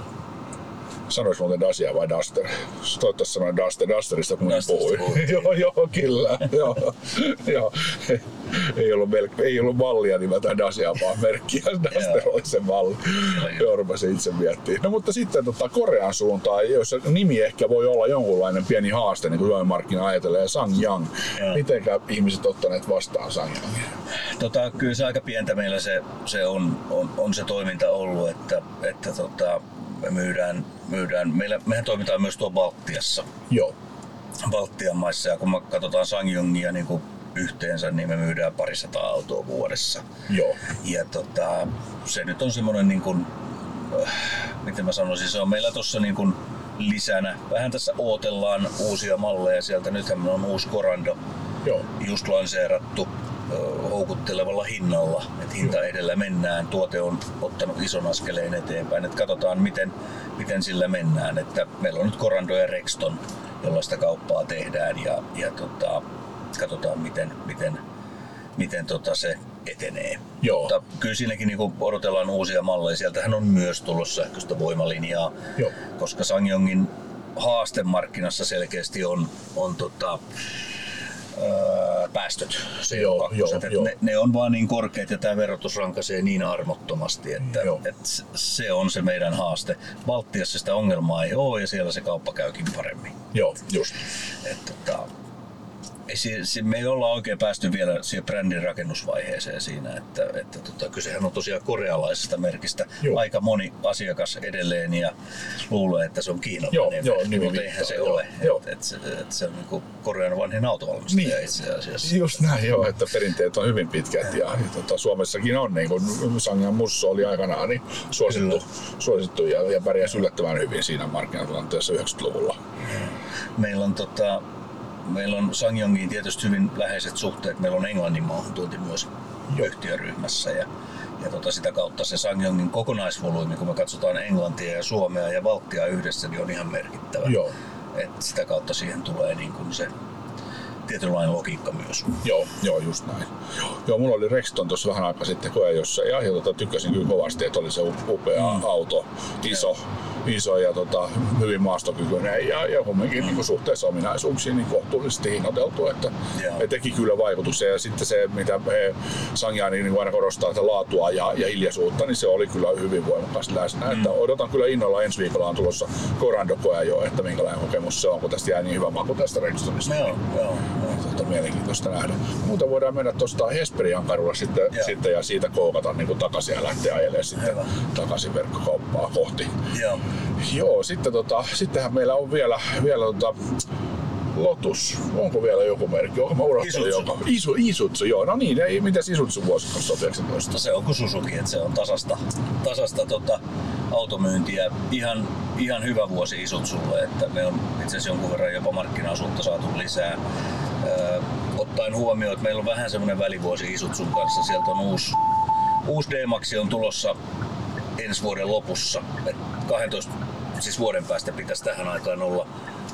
B: Sanois muuten Dacia vai Duster? Toivottavasti sanoin Duster. Dusterista kun puhui. joo, joo, kyllä. joo, joo. Ei ollut, melk- ei ollut mallia nimeltään Dacia, vaan merkkiä. Duster oli se malli. Joo, rupesin itse miettimään. No mutta sitten tota, Korean suuntaan, jossa nimi ehkä voi olla jonkunlainen pieni haaste, niin kuin Suomen markkina ajatellee, SsangYong. Mitenkä ihmiset ottaneet vastaan SsangYongia?
C: Tota, kyllä se aika pientä meillä se, se on, on, on se toiminta ollut, että, että tota, me myydään, myydään. Meillä, mehän toimitaan myös tuolla Baltiassa.
B: Joo.
C: Baltian maissa ja kun me katsotaan SsangYongia niin kuin yhteensä, niin me myydään parisataa autoa vuodessa.
B: Joo.
C: Ja tota, se nyt on semmoinen niin kuin, äh, miten mä sanoisin, se on meillä tossa niin kuin lisänä. Vähän tässä ootellaan uusia malleja sieltä. Nythän on uusi Corando. Joo. Just lanseerattu houkuttelevalla hinnalla, että hinta edellä mennään. Tuote on ottanut ison askeleen eteenpäin, että katsotaan miten, miten sillä mennään. Että meillä on nyt Corando ja Rexton, jolla sitä kauppaa tehdään ja, ja tota, katsotaan miten, miten, miten tota se etenee.
B: Joo.
C: Mutta kyllä siinäkin niin odotellaan uusia malleja. Sieltähän on myös tulossa sähköistä voimalinjaa, Joo. koska SsangYongin haastemarkkinassa selkeästi on, on tota, päästöt, C O kaksi. Ne, ne on vaan niin korkeat ja tämä verotus rankaisee niin armottomasti, että, että se on se meidän haaste. Baltiassa sitä ongelmaa ei ole ja siellä se kauppa käykin paremmin.
B: Joo, just.
C: Että, että, me ei olla oikein päästy vielä siihen brändin rakennusvaiheeseen siinä, että, että tota, kysehän on tosiaan korealaisesta merkistä. Joo. Aika moni asiakas edelleen ja luulee, että se on kiinalainen,
B: joo,
C: mutta eihän se ole. Että et se, et se on niin kuin Korean vanhin autovalmistaja niin. Itse asiassa.
B: Just näin, joo, että perinteet on hyvin pitkät ja, ja tota, Suomessakin on, niin kuin SsangYong Musso oli aikanaan niin suosittu, suosittu ja, ja pärjäsi yllättävän hyvin siinä markkinatilanteessa yhdeksänkymmentäluvulla.
C: Meillä on tota, Meillä on SsangYongiin tietysti hyvin läheiset suhteet. Meillä on Englannin maahantuonti myös yhtiöryhmässä ja, ja tota sitä kautta se SsangYongin kokonaisvolyymi, kun me katsotaan Englantia ja Suomea ja Baltiaa yhdessä, niin on ihan merkittävä.
B: Joo.
C: Et sitä kautta siihen tulee niin kuin se tietynlainen logiikka myös.
B: Joo, joo, just näin. Joo, joo mulla oli Rexton tuossa vähän aikaa sitten koe, jossa ja, ja tota, tykkäsin kyllä kovasti, että oli se upea mm. auto, iso, iso ja tota, hyvin maastokykyinen ja, ja kumminkin mm. niin suhteessa ominaisuuksiin niin kohtuullisesti hinnoiteltu, että he teki kyllä vaikutuksia ja sitten se, mitä he SsangYong niin aina korostaa, että laatua ja, ja hiljaisuutta, niin se oli kyllä hyvin voimakkaasti läsnä. Mm. Että odotan kyllä innolla, ensi viikolla on tulossa Corando-koe jo, että minkälainen kokemus se on, kun tästä jää niin hyvä maku tästä Rextonista.
C: Joo, joo.
B: Tota, mielenkiintoista nähdä. Muuta voidaan mennä tuosta Hesperian-kadulla sitten, sitten ja siitä koukata niin kuin takaisin ja lähteä ajelemaan sitten takaisin verkkokauppaa kohti.
C: Joo.
B: Joo, sitten tota, sittenhän meillä on vielä, vielä tota, Lotus. Onko vielä joku merkki? Onko mä unohtanut joka? Isu, Isutsu, joo. No niin, ei, mitäs Isutsu vuosi kaksituhattayhdeksäntoista?
C: Se on kuin Suzuki, että se on tasasta, tasasta tota, automyyntiä. Ihan, ihan hyvä vuosi Isutsulle, että me on itse asiassa jonkun verran jopa markkinaosuutta saatu lisää. Ö, ottaen huomioon, että meillä on vähän semmoinen välivuosi Isutsun kanssa. Sieltä on uusi, uusi D-Maxi on tulossa ensi vuoden lopussa. Et kahdentoista siis vuoden päästä pitäisi tähän aikaan olla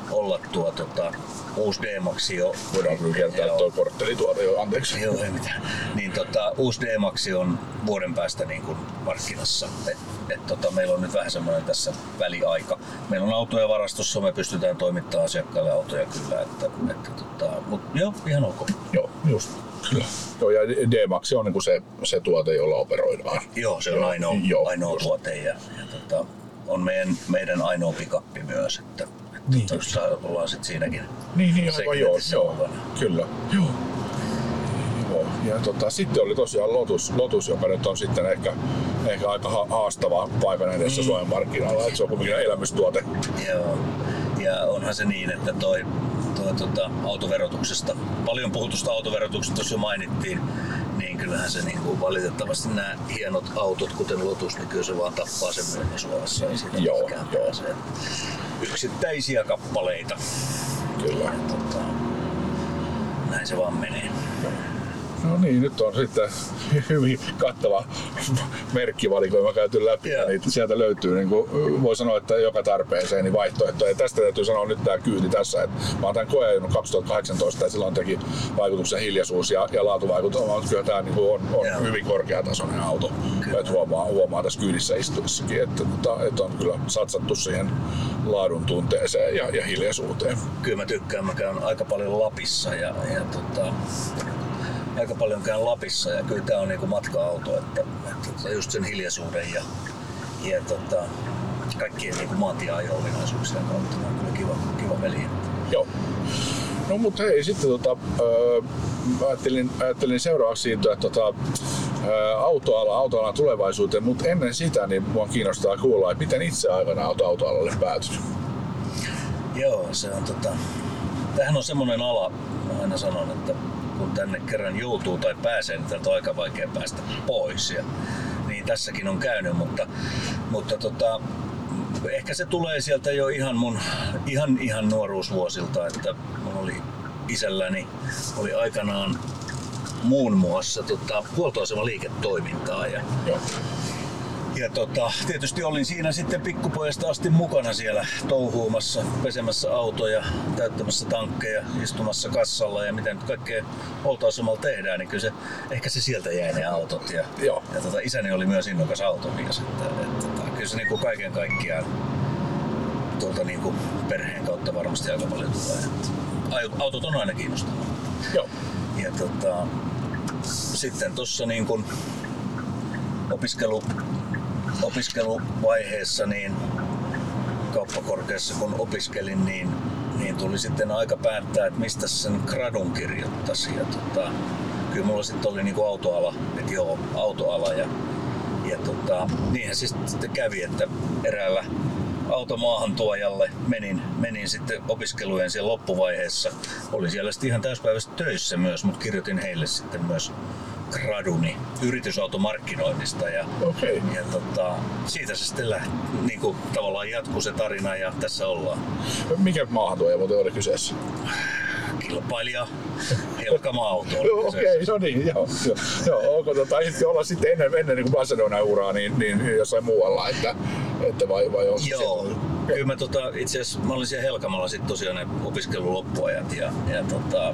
C: olla tuo tota, uusi D-Maxi jo.
B: Voidaan kyllä kertaa, että toi kortteli tuolta jo, anteeksi.
C: Joo, ei mitään. Niin tota, uusi D-Maxi on vuoden päästä niin kuin markkinassa. Et, et, tota, meillä on nyt vähän semmoinen tässä väliaika. Meillä on autoja varastossa, me pystytään toimittamaan asiakkaille autoja kyllä. Että, että, tota, mut joo, ihan ok.
B: Joo, just. Kyllä. Joo, ja D-Max on niin se, se tuote, jolla operoidaan.
C: Joo, se on
B: joo,
C: ainoa,
B: joo,
C: ainoa
B: just.
C: tuote ja, ja tota, on meidän, meidän ainoa pikappi myös. Että, että
B: niin,
C: tuossa ollaan sitten siinäkin.
B: Niin, niin aivan joo, joo, kyllä. Joo. Joo. Ja tota, sitten oli tosiaan Lotus, Lotus, joka nyt on sitten ehkä, ehkä aika ha- haastava paikan edessä mm. Suomen markkinoilla, että se on kuitenkin elämystuote.
C: Joo, ja onhan se niin, että toi, toi tota, autoverotuksesta, paljon puhutusta autoverotuksesta tuossa jo mainittiin, niin kyllähän se niin kuin valitettavasti nämä hienot autot, kuten Lotus, niin kyllä se vaan tappaa sen myynnin Suomessa. Ei siitä
B: joo, joo.
C: pääse. Yksittäisiä kappaleita.
B: Kyllä.
C: Ja, tota, näin se vaan menee.
B: No niin, nyt on sitten hyvin kattava merkkivalikoima käyty läpi. Ja niitä sieltä löytyy, niin kuin voi sanoa, että joka tarpeeseen niin vaihtoehtoja. Ja tästä täytyy sanoa nyt tämä kyyti tässä, että mä oon tämän koeajanut kaksituhattakahdeksantoista ja silloin teki vaikutuksen hiljaisuus ja, ja laatuvaikutus. Kyllä tämä niin kuin on, on hyvin korkeatasoinen auto. Että huomaa, huomaa tässä kyydissä istuessakin, että, että, että on kyllä satsattu siihen laadun tunteeseen ja, ja hiljaisuuteen.
C: Kyllä mä tykkään, mä käyn aika paljon Lapissa ja, ja tota, aika paljon käyn Lapissa ja kyllä tää on niinku matka-auto, että, että just sen hiljaisuuden ja, ja tota, kaikkien niinku maantieajo-ominaisuuksien kautta on kyllä kiva, kiva veli.
B: Joo. No mut hei, sitten tota, öö, ajattelin, ajattelin seuraavaksi siirtyä tota, öö, autoala, autoalan tulevaisuuteen, mutta ennen sitä niin mua kiinnostaa kuulla, että miten itse aikana olet autoalalle päätynyt?
C: Joo, se on tota, tämähän on semmonen ala, mä aina sanon, että kun tänne kerran joutuu tai pääsee, niin täältä on aika vaikea päästä pois. Ja, niin tässäkin on käynyt, mutta, mutta tota, ehkä se tulee sieltä jo ihan mun ihan, ihan nuoruusvuosilta, että mun oli isälläni oli aikanaan muun muassa tota, huoltoasemaliiketoimintaa. Ja,
B: Joo.
C: Ja tota, tietysti olin siinä sitten pikkupojasta asti mukana siellä touhuumassa, pesemässä autoja, täyttämässä tankkeja, istumassa kassalla ja miten kaikkea huoltoasemalla tehdään, niin kyllä se, ehkä se sieltä jäi ne autot. Ja,
B: Joo.
C: ja tota, isäni oli myös innokas automies, että, että, että kyllä se niin kuin kaiken kaikkiaan tuolta niin kuin perheen kautta varmasti aika paljon tulee. Että autot on aina kiinnostavaa.
B: Joo.
C: Ja tota, sitten tuossa niin kuin opiskelu opiskeluvaiheessa niin kauppakorkeassa kun opiskelin, niin, niin tuli sitten aika päättää, että mistä sen gradun kirjoittaisi. Ja tota, kyllä mulla sitten oli niinku autoala, että joo, autoala. Ja, ja tota, niinhän siis sitten kävi, että eräällä automaahantuojalle menin, menin sitten opiskelujen siellä loppuvaiheessa. Olin siellä sitten ihan täyspäiväisesti töissä myös, mutta kirjoitin heille sitten myös graduni yritysautomarkkinoinnista ja,
B: okay.
C: ja tota, siitä se sitten lähti, niin kuin tavallaan jatkuu se tarina ja tässä ollaan.
B: Mikä maahantuoja muuten oli kyseessä?
C: Kilpailija Helkama-auto.
B: Okei, okay, no niin, joo. joo, joo onko tota, olla sitten ennen, ennen niin Barcelona-uraa niin, niin jossain muualla, että, että vai, vai onko
C: joo,
B: siellä?
C: Kyllä mä tota, itse asiassa mä olin siellä Helkamalla sitten tosiaan ne opiskelun loppuajat ja, ja tota,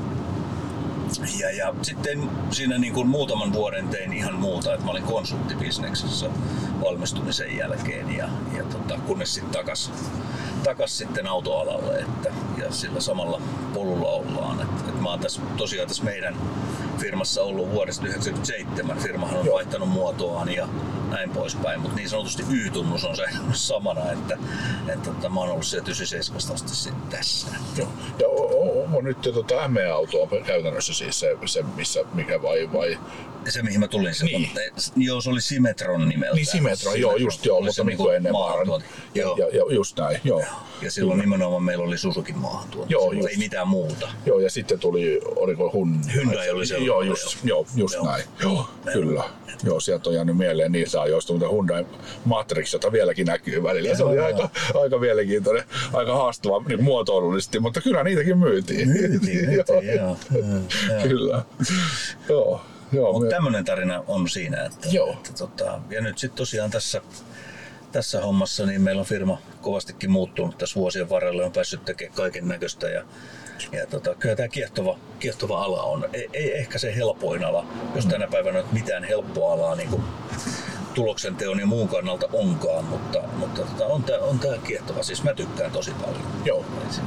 C: Ja, ja sitten siinä niin kuin muutaman vuoden tein ihan muuta, että mä olin konsulttibisneksessä valmistumisen jälkeen ja, ja tota, kunnes sitten takas, takas sitten autoalalle, että, ja sillä samalla polulla ollaan. Että, että mä oon tässä, tosiaan tässä meidän firmassa ollut vuodesta yhdeksänkymmentäseitsemän, firmahan on Joo. vaihtanut muotoaan ja näin poispäin, mutta niin sanotusti Y-tunnus on se samana, että, että, että mä oon ollut sieltä yhdeksänkymmentäseitsemän asti sitten tässä.
B: Joo. Ja on, on nyt tota M E-auto on käytännössä siis se, se missä, mikä vai, vai?
C: Se mihin mä tulin sieltä,
B: niin.
C: mutta joo, se oli Simetron nimeltä.
B: Niin Simetron, joo just joo, mutta niin kuin ennen maahan. Ja, ja, ja just näin, joo.
C: Ja silloin Kyllä. nimenomaan meillä oli Suzukin maahantuonti, joo, ei mitään muuta.
B: Joo, ja sitten tuli, oliko Hyundai?
C: Hyundai oli se.
B: Joo, just, joo, just joo. näin. Joo, kyllä. Joo, sieltä on jäänyt mieleen niiltä ajoista, mutta Hyundai Matrix, jota vieläkin näkyy välillä. Joo, se oli aika, aika mielenkiintoinen, aika haastava niin muotoilullisesti, mutta kyllä niitäkin myytiin.
C: Myytiin, myytiin, joo.
B: Kyllä, joo.
C: Mutta tämmöinen tarina on siinä, että,
B: Joo.
C: että tota, ja nyt sitten tosiaan tässä tässä hommassa niin meillä on firma kovastikin muuttunut tässä vuosien varrella, on päässyt tekemään kaiken näköistä ja, ja tota, kyllä tämä kiehtova, kiehtova ala on. Ei, ei ehkä se helpoin ala, jos tänä päivänä nyt mitään helppoa alaa niin kuin tuloksenteon ja muun kannalta onkaan, mutta, mutta tota, on tämä on tää kiehtova. Siis mä tykkään tosi paljon.
B: Joo.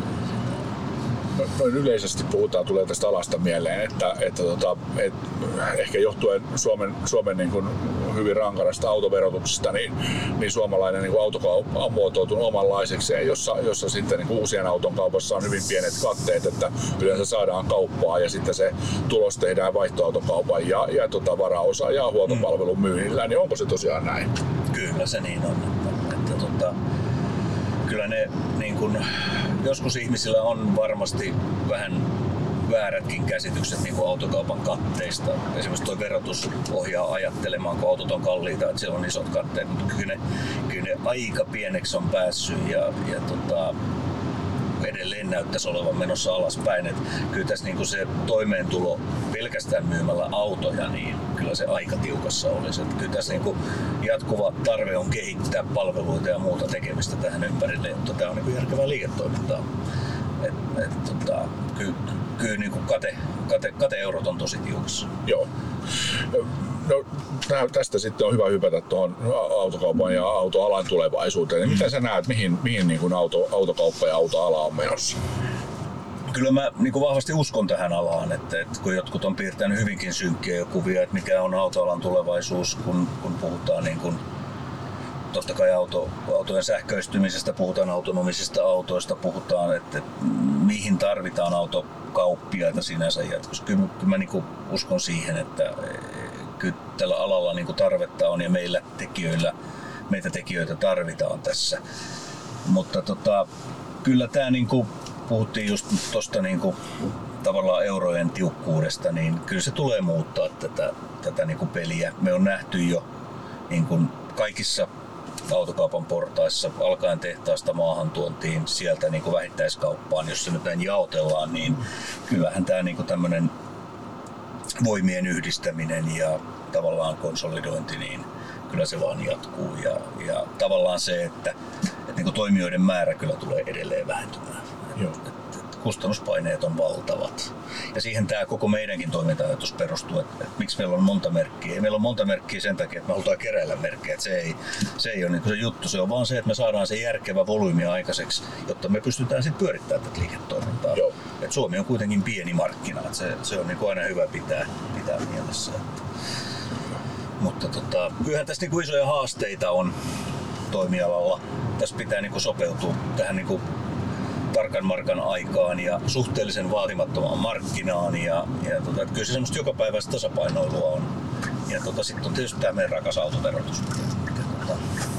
B: Noin yleisesti puhutaan, tulee tästä alasta mieleen, että, että, tota, että ehkä johtuen Suomen, Suomen niin kuin hyvin rankarasta autoverotuksesta, niin, niin suomalainen niin kuin autokauppa on muotoutunut omanlaisekseen, jossa, jossa sitten niin kuin uusien auton kaupassa on hyvin pienet katteet, että yleensä saadaan kauppaa ja sitten se tulos tehdään vaihtoautokaupan ja, ja tota, varaosa ja huoltopalvelun myynnillä, niin onko se tosiaan näin?
C: Kyllä se niin on. Että, että, tota, kyllä ne niin kun, joskus ihmisillä on varmasti vähän väärätkin käsitykset niin kuin autokaupan katteista. Esimerkiksi tuo verotus ohjaa ajattelemaan, kun autot on kalliita, että siellä on isot katteet, mutta kyllä ne, kyllä ne aika pieneksi on päässyt ja, ja tota, edelleen näyttäisi olevan menossa alaspäin. Et kyllä tässä niin kuin se toimeentulo pelkästään myymällä autoja, niin kyllä se aika tiukassa olisi. Et kyllä tässä niin kuin jatkuva tarve on kehittää palveluita ja muuta tekemistä tähän ympärille, jotta tämä on niin kuin järkevää liiketoimintaa. Et, et, tota, kyllä kyllä niin kuin kate, kate, kateeurot on tosi tiukassa.
B: Joo. No, tästä sitten on hyvä hypätä tuohon autokaupan ja autoalan tulevaisuuteen. Mm. Mitä sä näet, mihin, mihin niin kuin auto, autokauppa ja autoala on menossa?
C: Kyllä mä niin kuin vahvasti uskon tähän alaan, että, että kun jotkut on piirtänyt hyvinkin synkkiä kuvia, että mikä on autoalan tulevaisuus, kun, kun puhutaan niin kuin totta kai auto, autojen sähköistymisestä, puhutaan autonomisista autoista, puhutaan, että, että mihin tarvitaan autokauppiaita sinänsä jatkossa. Kyllä, kyllä mä niin kuin uskon siihen, että kyllä tällä alalla niin kuin tarvetta on ja meillä tekijöillä, meitä tekijöitä tarvitaan tässä. Mutta tota, kyllä tämä, niin kuin puhuttiin just tuosta niin kuin tavallaan eurojen tiukkuudesta, niin kyllä se tulee muuttaa tätä, tätä niin kuin peliä. Me on nähty jo niin kuin kaikissa autokaupan portaissa, alkaen tehtaasta maahantuontiin, sieltä niin kuin vähittäiskauppaan, jos se nyt näin jaotellaan, niin kyllähän tämä niin kuin tämmöinen voimien yhdistäminen ja tavallaan konsolidointi, niin kyllä se vaan jatkuu. Ja, ja tavallaan se, että, että niin kuin toimijoiden määrä kyllä tulee edelleen vähentymään. Joo. Kustannuspaineet on valtavat. Ja siihen tämä koko meidänkin toiminta-ajatus perustuu, että, että miksi meillä on monta merkkiä. Ei meillä on monta merkkiä sen takia, että me halutaan keräillä merkkejä. Se ei, se ei ole niin se juttu, se on vaan se, että me saadaan se järkevä volyymi aikaiseksi, jotta me pystytään sitten pyörittämään tätä liiketoimintaa. Joo. Et Suomi on kuitenkin pieni markkina, että se, se on niin aina hyvä pitää, pitää mielessä. Että. Mutta tota, kyllähän tässä niin isoja haasteita on toimialalla. Tässä pitää niin sopeutua tähän niin tarkan markan aikaan ja suhteellisen vaatimattomaan markkinaan ja, ja tota, kyllä se semmoista jokapäiväistä tasapainoilua on. Ja tota, sitten on tietysti tämä meidän rakas autoverotus, mikä tota,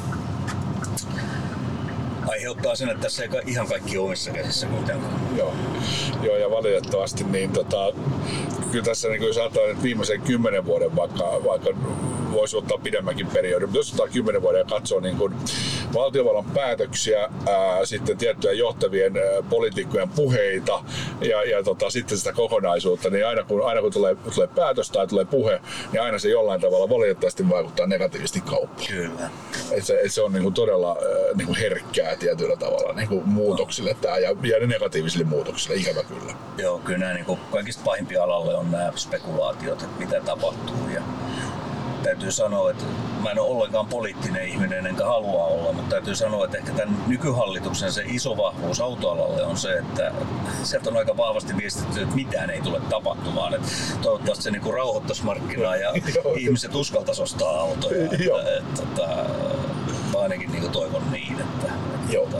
C: aiheuttaa sen, että tässä ei ihan kaikki ole omissa käsissä kuitenkaan.
B: Joo. Joo, ja valitettavasti niin tota, kyllä tässä niin jos ajatellaan, että viimeisen kymmenen vuoden vaikka, vaikka voisi ottaa pidemmänkin periodin, mutta jos ottaa kymmenen vuoden ja katsoo niin kuin valtiovallan päätöksiä, ää, sitten tiettyjä johtavien ää, poliitikkojen puheita ja, ja tota, sitten sitä kokonaisuutta, niin aina kun, aina kun tulee, tulee päätös tai tulee puhe, niin aina se jollain tavalla valitettavasti vaikuttaa negatiivisesti kauppaan.
C: Kyllä.
B: Et se, et se on niin kuin todella ää, niin kuin herkkää tietyllä tavalla niin kuin muutoksille tää, ja, ja negatiivisille muutoksille, ikävä kyllä.
C: Joo, kyllä nämä niin kuin kaikista pahimpia alalle on nämä spekulaatiot, että mitä tapahtuu. Ja täytyy sanoa, että mä en ole ollenkaan poliittinen ihminen enkä halua olla, mutta täytyy sanoa, että ehkä tämän nykyhallituksen se iso vahvuus autoalalle on se, että sieltä on aika vahvasti viestitty, että mitään ei tule tapahtumaan. Että toivottavasti se niinku rauhoittaisi markkinaa ja ihmiset uskaltaisi ostaa autoja. Että, että, että, mä ainakin niinku toivon niin, että, että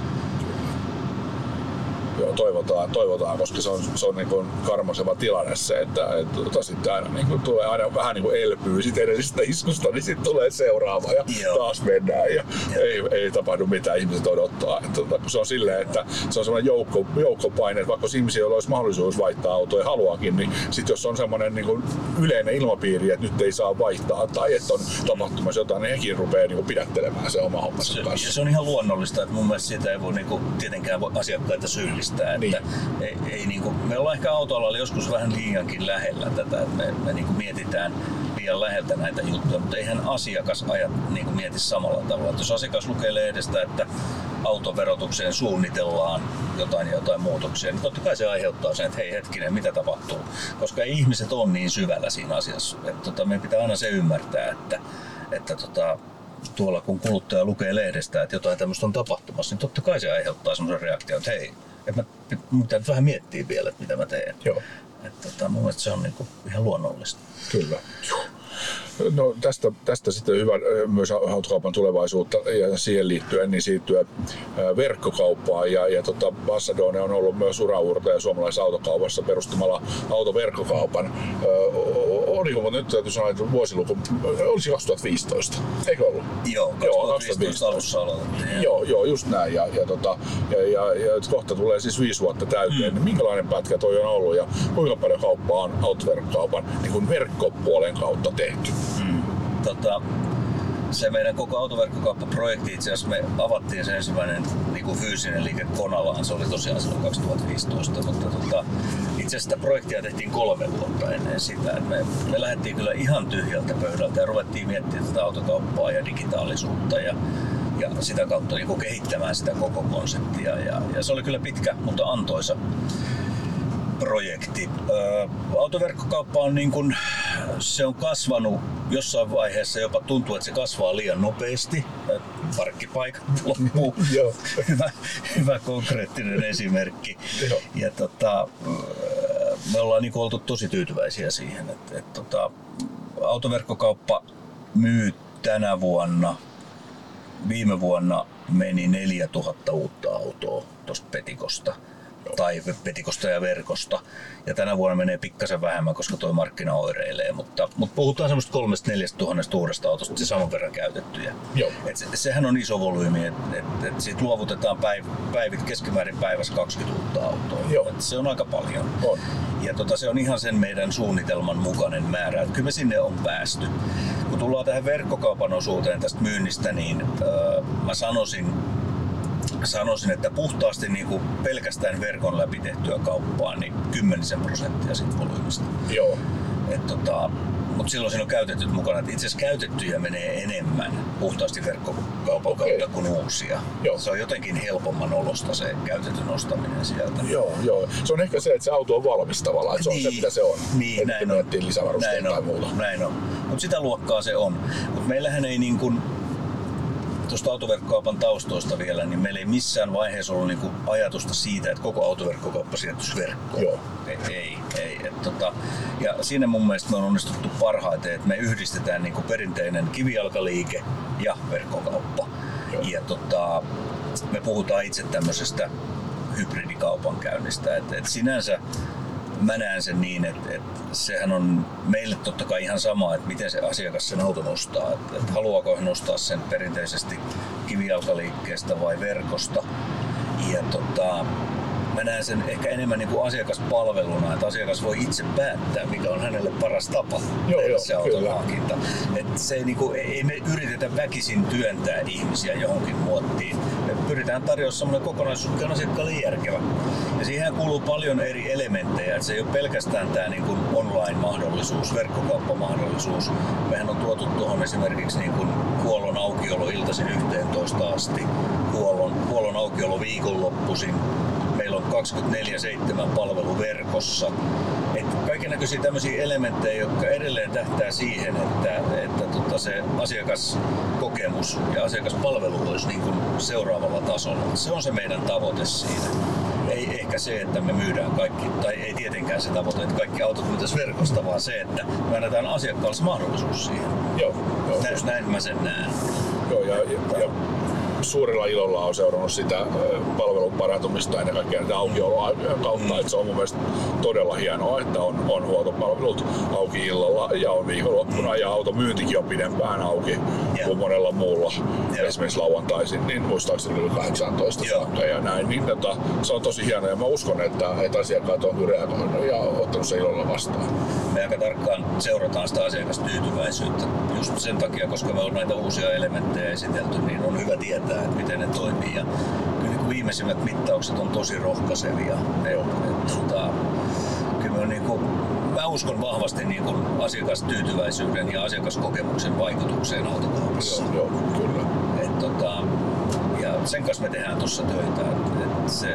B: Joo, toivotaan, toivotaan, koska se on, se on niin kuin karmaiseva tilanne se, että, että sitten aina niin kuin tulee aina vähän niin kuin elpyy sit edellisestä iskusta, niin sitten tulee seuraava ja Joo. taas mennään ja ei, ei tapahdu mitään, ihmiset odottaa. Että, kun se on silleen, että se on semmoinen joukko, joukkopaine, että vaikka ihmisiä, joilla olisi mahdollisuus vaihtaa autoja haluakin, niin sitten jos on semmoinen niin kuin yleinen ilmapiiri, että nyt ei saa vaihtaa tai että on tapahtumassa jotain, niin hekin rupeaa niin kuin pidättelemään se oma hommansa
C: se,
B: kanssa.
C: Se on ihan luonnollista, että mun mielestä siitä ei voi niin kuin, tietenkään voi asiakkaita syyllistää. Että niin. ei, ei, niin kuin, me ollaan ehkä autoalalla joskus vähän liiankin lähellä tätä, että me, me niin kuin mietitään liian läheltä näitä juttuja, mutta eihän asiakas ajat niin kuin mieti samalla tavalla. Että jos asiakas lukee lehdestä, että autoverotukseen suunnitellaan jotain ja jotain muutoksia, niin totta kai se aiheuttaa sen, että hei hetkinen, mitä tapahtuu. Koska ei ihmiset on niin syvällä siinä asiassa. Että tota, meidän pitää aina se ymmärtää, että, että tota, tuolla kun kuluttaja lukee lehdestä, että jotain tämmöistä on tapahtumassa, niin totta kai se aiheuttaa semmoisen reaktion, että hei, että mun pitää vähän miettiä vielä, että mitä mä teen.
B: Joo.
C: Että tota, mun mielestä se on niinku ihan luonnollista.
B: Kyllä. No tästä, tästä sitten hyvä myös autokaupan tulevaisuutta ja siihen liittyen niin siirtyä verkkokauppaan ja, ja tota, Bassadone on ollut myös uraurtaja suomalaisessa autokaupassa perustamalla autoverkkokaupan. Oliko nyt täytyy sanoa, että vuosiluku olisi kaksituhattaviisitoista, eikö ollut?
C: Joo, kaksituhattaviisitoista alussa aloitettiin.
B: Joo, joo, just näin ja, ja, tota, ja, ja, ja kohta tulee siis viisi vuotta täyteen. Mm. Minkälainen pätkä toi on ollut ja kuinka paljon kauppaa on autoverkkokaupan niin kuin verkkopuolen kautta tehty?
C: Mm. Tota, se meidän koko autoverkkokauppaprojekti, itse asiassa me avattiin se ensimmäinen niin kuin fyysinen liike Konalaan, se oli tosiaan silloin kaksituhattaviisitoista, mutta tota, itse asiassa sitä projektia tehtiin kolme vuotta ennen sitä. Me, me lähdettiin kyllä ihan tyhjältä pöydältä ja ruvettiin miettimään tätä autokauppaa ja digitaalisuutta ja, ja sitä kautta niin kuin kehittämään sitä koko konseptia ja, ja se oli kyllä pitkä, mutta antoisa projekti. Ö, autoverkkokauppa on niin kuin, se on kasvanut jossain vaiheessa, jopa tuntuu, että se kasvaa liian nopeasti. Parkkipaikat loppuu. hyvä, hyvä konkreettinen esimerkki. Ja tota, me ollaan niin kuin oltu tosi tyytyväisiä siihen, että, että tota, autoverkkokauppa myy tänä vuonna, viime vuonna meni neljätuhatta uutta autoa tuosta Petikosta. Tai Petikosta ja verkosta. Ja tänä vuonna menee pikkasen vähemmän, koska tuo markkina oireilee. Mutta, mutta puhutaan semmoista kolmesta neljästä tuhannesta uudesta autosta, se saman verran käytettyjä. Et se, sehän on iso volyymi, että et, et siitä luovutetaan päiv, päivit keskimäärin päivässä kaksikymmentä uutta autoa. Et se on aika paljon. On. Ja tota, se on ihan sen meidän suunnitelman mukainen määrä. Et kyllä me sinne on päästy. Kun tullaan tähän verkkokaupan osuuteen tästä myynnistä, niin äh, mä sanoisin, Sanoisin, että puhtaasti niin kuin pelkästään verkon läpi tehtyä kauppaa, niin kymmenisen prosenttia siitä volyymista.
B: Joo.
C: Et tota, mutta silloin siinä on käytetyt mukana. Et itse asiassa käytettyjä menee enemmän puhtaasti verkkokaupan okay. kautta kuin uusia. Joo. Se on jotenkin helpomman olosta se käytetyn ostaminen sieltä.
B: Joo, joo. Se on ehkä se, että se auto on valmis tavallaan. Että se
C: niin,
B: on se, mitä se on.
C: Niin, näin on.
B: Lisävarusteita tai muuta.
C: Näin on. Mutta sitä luokkaa se on. Mut meillähän ei niin kuin tuosta autoverkkokaupan taustoista vielä, niin meillä ei missään vaiheessa ollut niinku ajatusta siitä, että koko autoverkkokauppa siirtyisi verkkoon.
B: Joo.
C: Ei, ei. ei. Et tota, ja siinä mun mielestä me on onnistuttu parhaiten, että me yhdistetään niinku perinteinen kivijalkaliike ja verkkokauppa. Joo. Ja tota, me puhutaan itse tämmöisestä hybridikaupan käynnistä, että et sinänsä mä näen sen niin, että, että sehän on meille totta kai ihan sama, että miten se asiakas sen auton ostaa. Että, että haluaako hän ostaa sen perinteisesti kivijalkaliikkeestä vai verkosta. Ja tota, mä näen sen ehkä enemmän niin kuin asiakaspalveluna, että asiakas voi itse päättää, mikä on hänelle paras tapa
B: joo,
C: tehdä
B: joo,
C: se auton hankinta. Että se ei, niin kuin, ei me yritetä väkisin työntää ihmisiä johonkin muottiin. Me pyritään tarjoamaan sellainen kokonaisuus, mikä on asiakkaalle järkevä. Ja siihen kuuluu paljon eri elementtejä. Että se ei ole pelkästään tämä niin kuin online-mahdollisuus, verkkokauppamahdollisuus. Mehän on tuotu tuohon esimerkiksi niin kuin huollon aukiolo iltaisin yhteentoista asti, huollon, huollon aukiolo viikonloppuisin. Meillä on kaksikymmentäneljä seitsemän palvelu verkossa. Kaikennäköisiä tämmöisiä elementtejä, jotka edelleen tähtää siihen, että, että tota se asiakaskokemus ja asiakaspalvelu olisi niin kuin seuraavalla tasolla. Se on se meidän tavoite siinä. Ei ehkä se, että me myydään kaikki, tai ei tietenkään se tavoite, että kaikki autot myytäisiin verkosta, vaan se, että me annetaan asiakkaalle se mahdollisuus siihen.
B: Joo, joo,
C: näin, näin mä sen näen.
B: Joo, ja, ja, ja suurella ilolla on seurannut sitä palvelun parantumista ennen kaikkea näitä aukioloa kautta. Mm. Että se on mun mielestä todella hienoa, että on, on huoltopalvelut auki illalla ja on viikonloppuna ja automyyntikin on pidempään auki yeah. kuin monella muulla. Yeah. Esimerkiksi lauantaisin, niin muistaakseni yli kahdeksantoista yeah. saakka ja näin. Niin, että se on tosi hienoa ja mä uskon, että, että asiakkaat on kyllä reagoinut ja ottanut se ilolla vastaan.
C: Me aika tarkkaan seurataan sitä asiakastyytyväisyyttä just sen takia, koska me on näitä uusia elementtejä esitelty, niin on hyvä tietää, että miten ne toimii. Ja kyllä viimeisimmät mittaukset on tosi rohkaisevia. Et, et, tota, kyllä me on niinku, mä uskon vahvasti niin kuin asiakastyytyväisyyden ja asiakaskokemuksen vaikutukseen autokaupassa.
B: Joo, joo, kyllä.
C: Et, tota, ja sen kanssa me tehdään tuossa töitä. Et, et se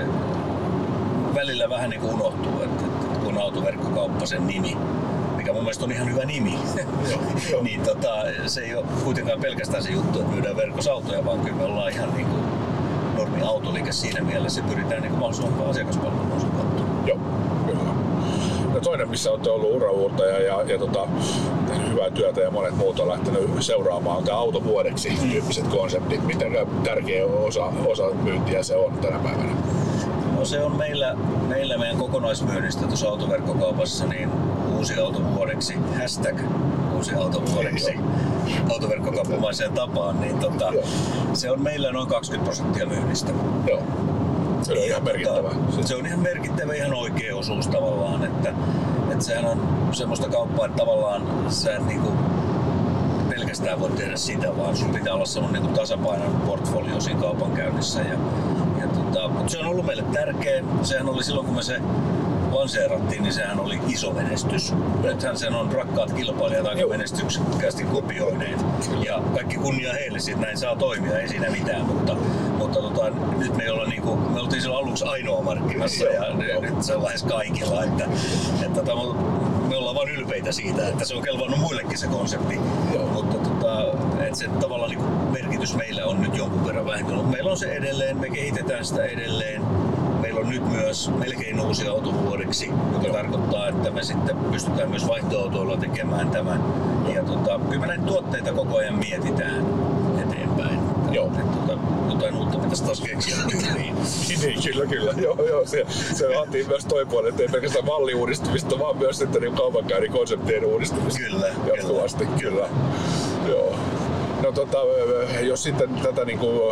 C: välillä vähän niin kuin unohtuu, että et, kun autoverkkokauppa sen nimi, mikä mun mielestä on ihan hyvä nimi, niin tota, se ei ole kuitenkaan pelkästään se juttu, että myydään verkossa autoja, vaan kyllä me ollaan ihan niin kuin normi autoliike siinä mielessä ja pyritään niin kuin mahdollisimman asiakaspalvelun osun kautta.
B: Joo, kyllä. No toinen, missä olette ollut uravuurtaja ja, ja tota, tehnyt hyvää työtä ja monet muut on lähtenyt seuraamaan, on tämä autovuodeksi tyyppiset konseptit. Miten tärkeä osa, osa myyntiä se on tänä päivänä?
C: No se on meillä, meillä meidän kokonaismyynnistä tuossa autoverkkokaupassa niin uusi auto vuodeksi, hashtag uusi auto vuodeksi autoverkkokauppamaiseen tapaan, niin tota, se on meillä noin kaksikymmentä prosenttia myynnistä.
B: Joo. Se on ihan merkittävä.
C: Se on ihan merkittävä, ihan oikea osuus tavallaan, että, että sehän on semmoista kauppaa, että tavallaan sä et niinku pelkästään voi tehdä sitä, vaan sun pitää olla semmoinen niinku tasapainoinen portfolio siinä kaupankäynnissä. Ja, ja tota, mutta se on ollut meille tärkeä. Sehän oli silloin, kun me se lanseerattiin, niin sehän oli iso menestys. Nythän sen on rakkaat kilpailijat aika menestyksekkäästi kopioineet. Ja kaikki kunnia heille, siitä näin saa toimia, ei siinä mitään. Mutta, mutta tota, nyt me, olla niinku, me oltiin silloin aluksi ainoa markkinassa ja joo. Nyt se on lähes kaikilla. Että, että, että me ollaan vain ylpeitä siitä, että se on kelvannut muillekin se konsepti. Joo. Mutta tota, että se tavallaan niinku merkitys meillä on nyt jonkun verran vähentynyt. Meillä on se edelleen, me kehitetään sitä edelleen. Meillä on nyt myös melkein uusi auto vuodeksi, joka tarkoittaa, että me sitten pystytään myös vaihtoautoilla tekemään tämän. Ja tota, kyllä me näitä tuotteita koko ajan mietitään eteenpäin.
B: Joo.
C: Tota, jotain uutta pitäisi taas keksiä tyyliin.
B: Niin, kyllä, kyllä. Joo, joo. Se, se vaatii myös toi puoli, että ei pelkästään malliuudistumista, vaan myös sitten niin kaupankäynnin konseptien uudistumista.
C: Kyllä.
B: Jatkuvasti, kyllä. kyllä. Joo. No tota, jos sitten tätä niinku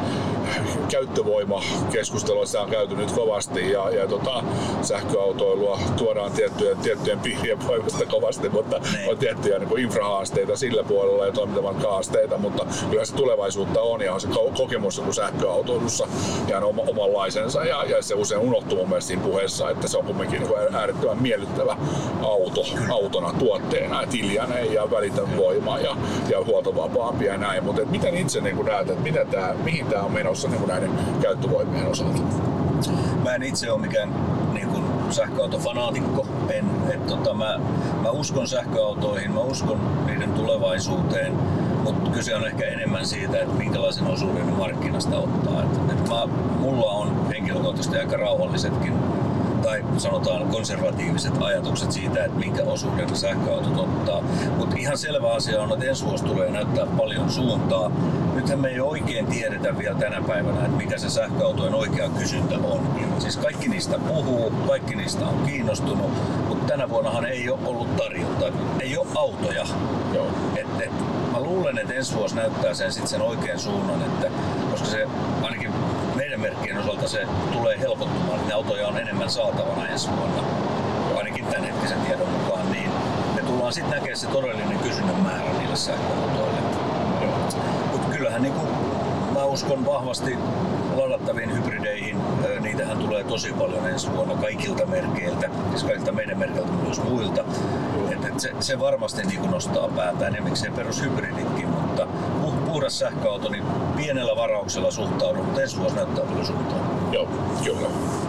B: käyttövoimakeskustelua sitä on käyty nyt kovasti ja, ja tota, sähköautoilua tuodaan tiettyjen, tiettyjen piirien voimasta kovasti, mutta ne. on tiettyjä niin kuin infrahaasteita sillä puolella ja toimintamatka-haasteita, mutta kyllä se tulevaisuutta on ja on se kokemus kuin sähköautoilussa ihan oma, omanlaisensa ja, ja se usein unohtuu mun mielestä siinä puheessa, että se on kumminkin niin äärettömän miellyttävä auto autona tuotteena, että hiljainen ja välitön voima ja, ja huoltovapaampi ja näin, mutta et miten itse niin näet, että miten tää, mihin tämä on menossa niin näiden käyttövoimien osalta?
C: Mä en itse ole mikään niin kuin sähköautofanaatikko. En, et, tota, mä, mä uskon sähköautoihin, mä uskon niiden tulevaisuuteen, mutta kyse on ehkä enemmän siitä, että minkälaisen osuuden ne markkinasta ottaa. Et, et mä, mulla on henkilökohtaisesti aika rauhallisetkin tai sanotaan konservatiiviset ajatukset siitä, että minkä osuuden sähköautot ottaa. Mutta ihan selvä asia on, että ensi vuosi tulee näyttää paljon suuntaa. Nythän me ei oikein tiedetä vielä tänä päivänä, että mikä se sähköautojen oikea kysyntä on. Siis kaikki niistä puhuu, kaikki niistä on kiinnostunut, mutta tänä vuonnahan ei ole ollut tarjontaa, ei ole autoja. Joo. Et, et, mä luulen, että ensi vuosi näyttää sen, sit sen oikean suunnan, että, koska se ainakin meidän merkkien osalta se tulee helpottumaan, että autoja on enemmän saatavana ensi vuonna, ainakin tämän hetkisen tiedon mukaan, niin me tullaan sitten näkemään se todellinen kysynnän määrä niille sähköautoille. Mutta kyllähän niin kuin, mä uskon vahvasti ladattaviin hybrideihin, niitähän tulee tosi paljon ensi vuonna kaikilta merkeiltä, siis kaikilta meidän merkeiltä myös muilta. Et, et se, se varmasti niin kuin nostaa päätään ja miksei perushybriditkin, mutta puhdas sähköauto, niin pienellä varauksella suhtaudun, mutta ensi vuosi näyttää paljon suuntaan.
B: Joo, kyllä.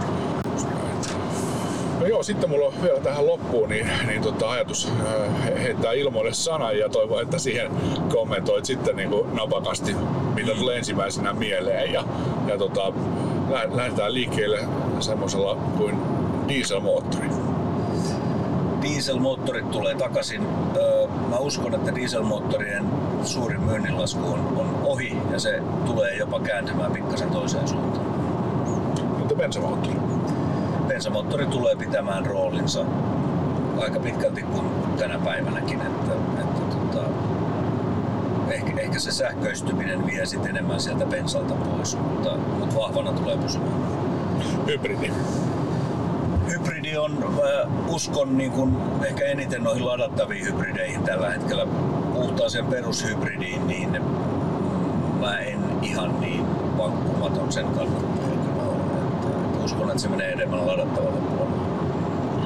B: No joo, sitten mulla on vielä tähän loppuun niin, niin tota, ajatus heittää ilmoille sanan ja toivon, että siihen kommentoit sitten niin kuin napakasti, mitä tulee ensimmäisenä mieleen. Ja, ja tota, lähdetään liikkeelle semmoisella kuin dieselmoottori.
C: Dieselmoottorit tulee takaisin. Mä uskon, että dieselmoottorien suurin myynninlasku on, on ohi ja se tulee jopa kääntymään pikkasen toiseen suuntaan.
B: Mutta bensamoottori?
C: Bensamoottori tulee pitämään roolinsa aika pitkälti kuin tänä päivänäkin. Että, että, tota, ehkä, ehkä se sähköistyminen vie sitten enemmän sieltä bensalta pois, mutta, mutta vahvana tulee pysymään.
B: Hybridi?
C: Hybridi on, mä uskon niin kuin ehkä eniten noihin ladattaviin hybrideihin tällä hetkellä. Puhtaaseen perushybridiin, niin mä en ihan niin vankkumaton sen kannattaja kyllä ole. Uskon, että se menee enemmän ladattavalle puolelle.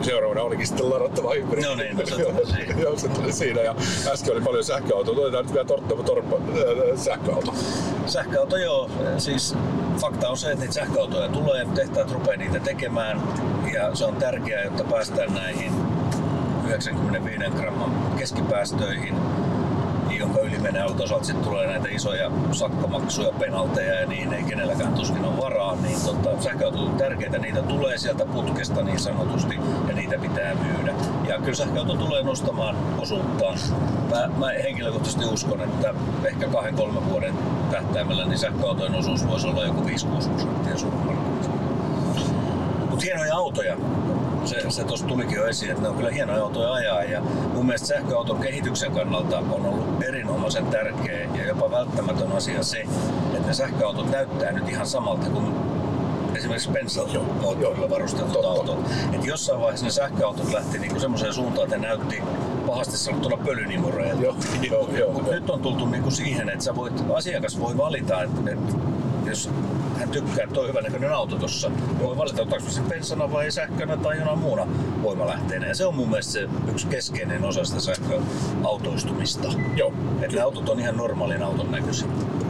B: seuraavana olikin sitten ladattava hybridi.
C: No niin, no se tuli siinä.
B: Joo, se tuli siinä ja äsken oli paljon sähköautoa. Otetaan nyt vielä torppaa torppa äh, sähköauto.
C: Sähköauto joo, siis fakta on se, että niitä sähköautoja tulee, tehtaat rupeaa niitä tekemään ja se on tärkeää, jotta päästään näihin yhdeksänkymmentäviisi gramman keskipäästöihin, jonka yli menee autosalta, sitten tulee näitä isoja sakkomaksuja, penalteja ja niin ei kenelläkään tuskin ole varaa, niin tota, sähköautot on tärkeitä, niitä tulee sieltä putkesta niin sanotusti ja niitä pitää myydä. Ja kyllä sähköauto tulee nostamaan osuuttaan. Mä, mä henkilökohtaisesti uskon, että ehkä kahden kolmen vuoden tähtäimellä niin sähköautojen osuus voisi olla joku viisi kuusi prosenttia suomalaisista. Mutta hienoja autoja. Se, se tuossa tulikin jo esiin, että ne on kyllä hienoja autoja ajaa ja mun mielestä sähköauton kehityksen kannalta on ollut erinomaisen tärkeä ja jopa välttämätön asia se, että ne sähköautot näyttää nyt ihan samalta kuin esimerkiksi bensamoottorilla varustetut autot. Että jossain vaiheessa ne sähköautot lähti niinku semmoiseen suuntaan, että ne näytti pahasti sanottuna pölynimureilta.
B: Joo, joo, joo.
C: Mut nyt on tultu niinku siihen, että sä voit, asiakas voi valita, että, että jos hän tykkää, että toi on hyvänäköinen auto tossa, niin voi valita, ottaako se bensana vai sähkönä tai jonain muuna voimalähteenä. Ja se on mun mielestä se yksi keskeinen osa sitä sähköautoistumista.
B: Joo.
C: Että ne autot on ihan normaalin auton näköisiä.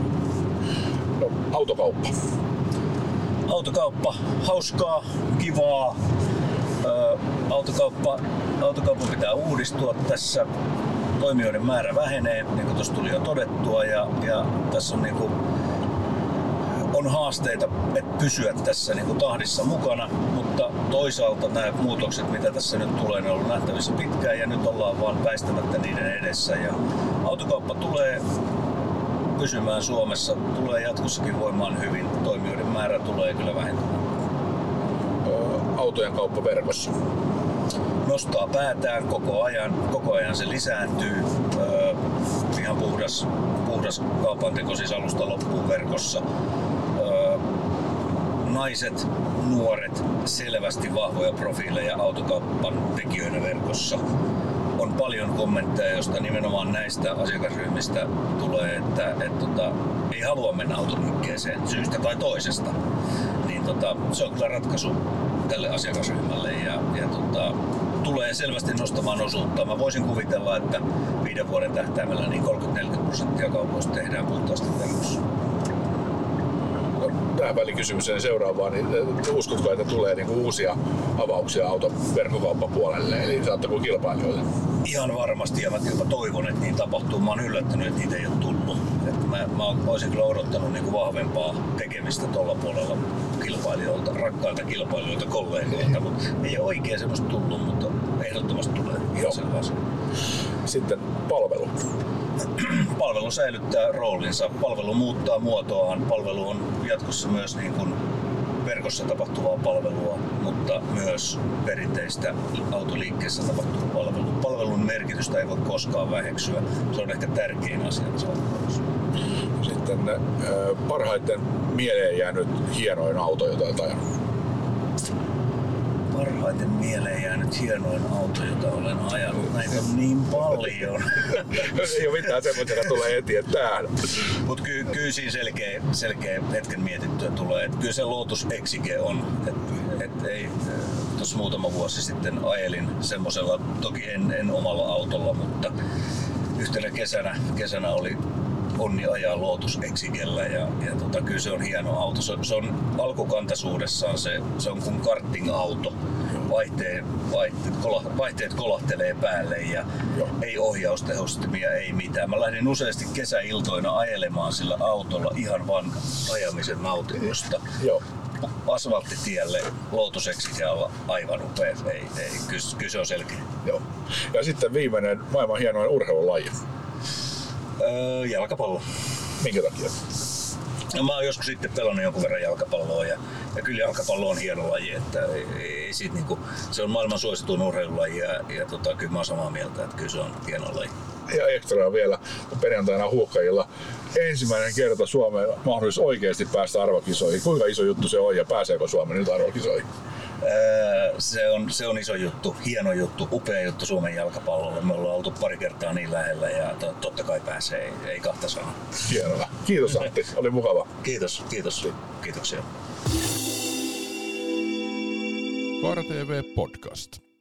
B: No, autokauppa.
C: Autokauppa, hauskaa, kivaa. Ö, autokauppa, autokauppa pitää uudistua tässä. Toimijoiden määrä vähenee, niin kuin tuossa tuli jo todettua. Ja, ja tässä on niinku on haasteita että pysyä tässä niin kuin tahdissa mukana, mutta toisaalta nämä muutokset, mitä tässä nyt tulee, ne on ollut nähtävissä pitkään ja nyt ollaan vaan väistämättä niiden edessä. Ja autokauppa tulee pysymään Suomessa, tulee jatkossakin voimaan hyvin, toimijoiden määrä tulee kyllä vähentymään.
B: Autojen kauppa verkossa
C: nostaa päätään koko ajan, koko ajan se lisääntyy. Öö, ihan puhdas, puhdas kaupanteko siis alusta loppuun verkossa. Öö, naiset, nuoret, selvästi vahvoja profiileja autokaupan tekijöinä verkossa. On paljon kommentteja, joista nimenomaan näistä asiakasryhmistä tulee, että et, tota, ei halua mennä autoliikkeeseen syystä tai toisesta. Niin, tota, se on kyllä ratkaisu tälle asiakasryhmälle ja, ja tota, tulee selvästi nostamaan osuutta. Mä voisin kuvitella, että viiden vuoden tähtäimellä niin kolmekymmentä neljäkymmentä prosenttia kaupoista tehdään puhtaasti verkossa.
B: No, tähän välikysymykseen seuraavaan, niin uskotko, että tulee niinku uusia avauksia autoverkkokauppapuolelle, eli saatteko kilpailijoille?
C: Ihan varmasti, ja mä jopa toivon, että niin tapahtuu. Mä oon yllättynyt, että niitä ei ole tullut. Että mä, mä olisin kyllä odottanut niinku vahvempaa tekemistä tuolla puolella kilpailijoilta, rakkailta kilpailijoilta, kollegoilta, mutta ei ole oikein semmoista tullut, mutta ehdottomasti tulee. Ihan selvä asia.
B: Sitten palvelu.
C: Palvelu säilyttää roolinsa. Palvelu muuttaa muotoaan. Palvelu on jatkossa myös niin kuin verkossa tapahtuvaa palvelua, mutta myös perinteistä autoliikkeessä tapahtuvaa palvelua. Palvelun merkitystä ei voi koskaan väheksyä. Se on ehkä tärkein asia tässä palvelussa.
B: Sitten äh, parhaiten mieleen jäänyt hienoin auto, jota olet ajanut.
C: Parhaiten mieleen jäänyt hienoin auto, jota olen ajanut. Näitä on niin paljon.
B: Ei ole mitään semmoista, joka tulee heti, että täällä.
C: Mutta ky- kyllä siinä selkeä, selkeä hetken mietittyä tulee. Et kyllä se Lotus Exige on. Et, et ei, tuossa muutama vuosi sitten ajelin semmoisella, toki en, en omalla autolla, mutta yhtenä kesänä, kesänä oli onni ajaa Lotus Exigellä ja, ja tota, kyllä se on hieno auto. Se, se on alkukantaisuudessaan se, se on kuin karting-auto. Vaihteet, vaihteet, kola, vaihteet kolahtelee päälle ja Joo. ei ohjaustehostimia, ei mitään. Mä lähdin useasti kesäiltoina ajelemaan sillä autolla ihan vaan ajamisen nautinnosta.
B: Joo.
C: Asfalttitielle Lotus Exigealla aivan upea. Ei, ei, kyllä, kyllä se on selkeä.
B: Joo. Ja sitten viimeinen maailman hienoin urheilulaji.
C: Öö, jalkapallo.
B: Minkä takia?
C: No, mä oon joskus sitten pelannut jonkun verran jalkapalloa ja, ja kyllä jalkapallo on hieno laji, että ei, ei siitä niinku, se on maailman suosituin urheilulaji ja, ja tota, kyllä mä oon samaa mieltä, että kyllä se on hieno laji.
B: Ja ekstraa vielä perjantaina Huuhkajilla ensimmäinen kerta Suomeen mahdollisuus oikeasti päästä arvokisoihin. Kuinka iso juttu se on ja pääseekö Suomi nyt arvokisoihin?
C: Öö, se, on, se on iso juttu, hieno juttu, upea juttu Suomen jalkapallolle. Me ollaan oltu pari kertaa niin lähellä ja to, totta kai pääsee, ei, ei kahta sanaa.
B: Hienoa. Kiitos Antti, oli mukava.
C: Kiitos, kiitos. Kiitoksia.
A: Kaara T V Podcast.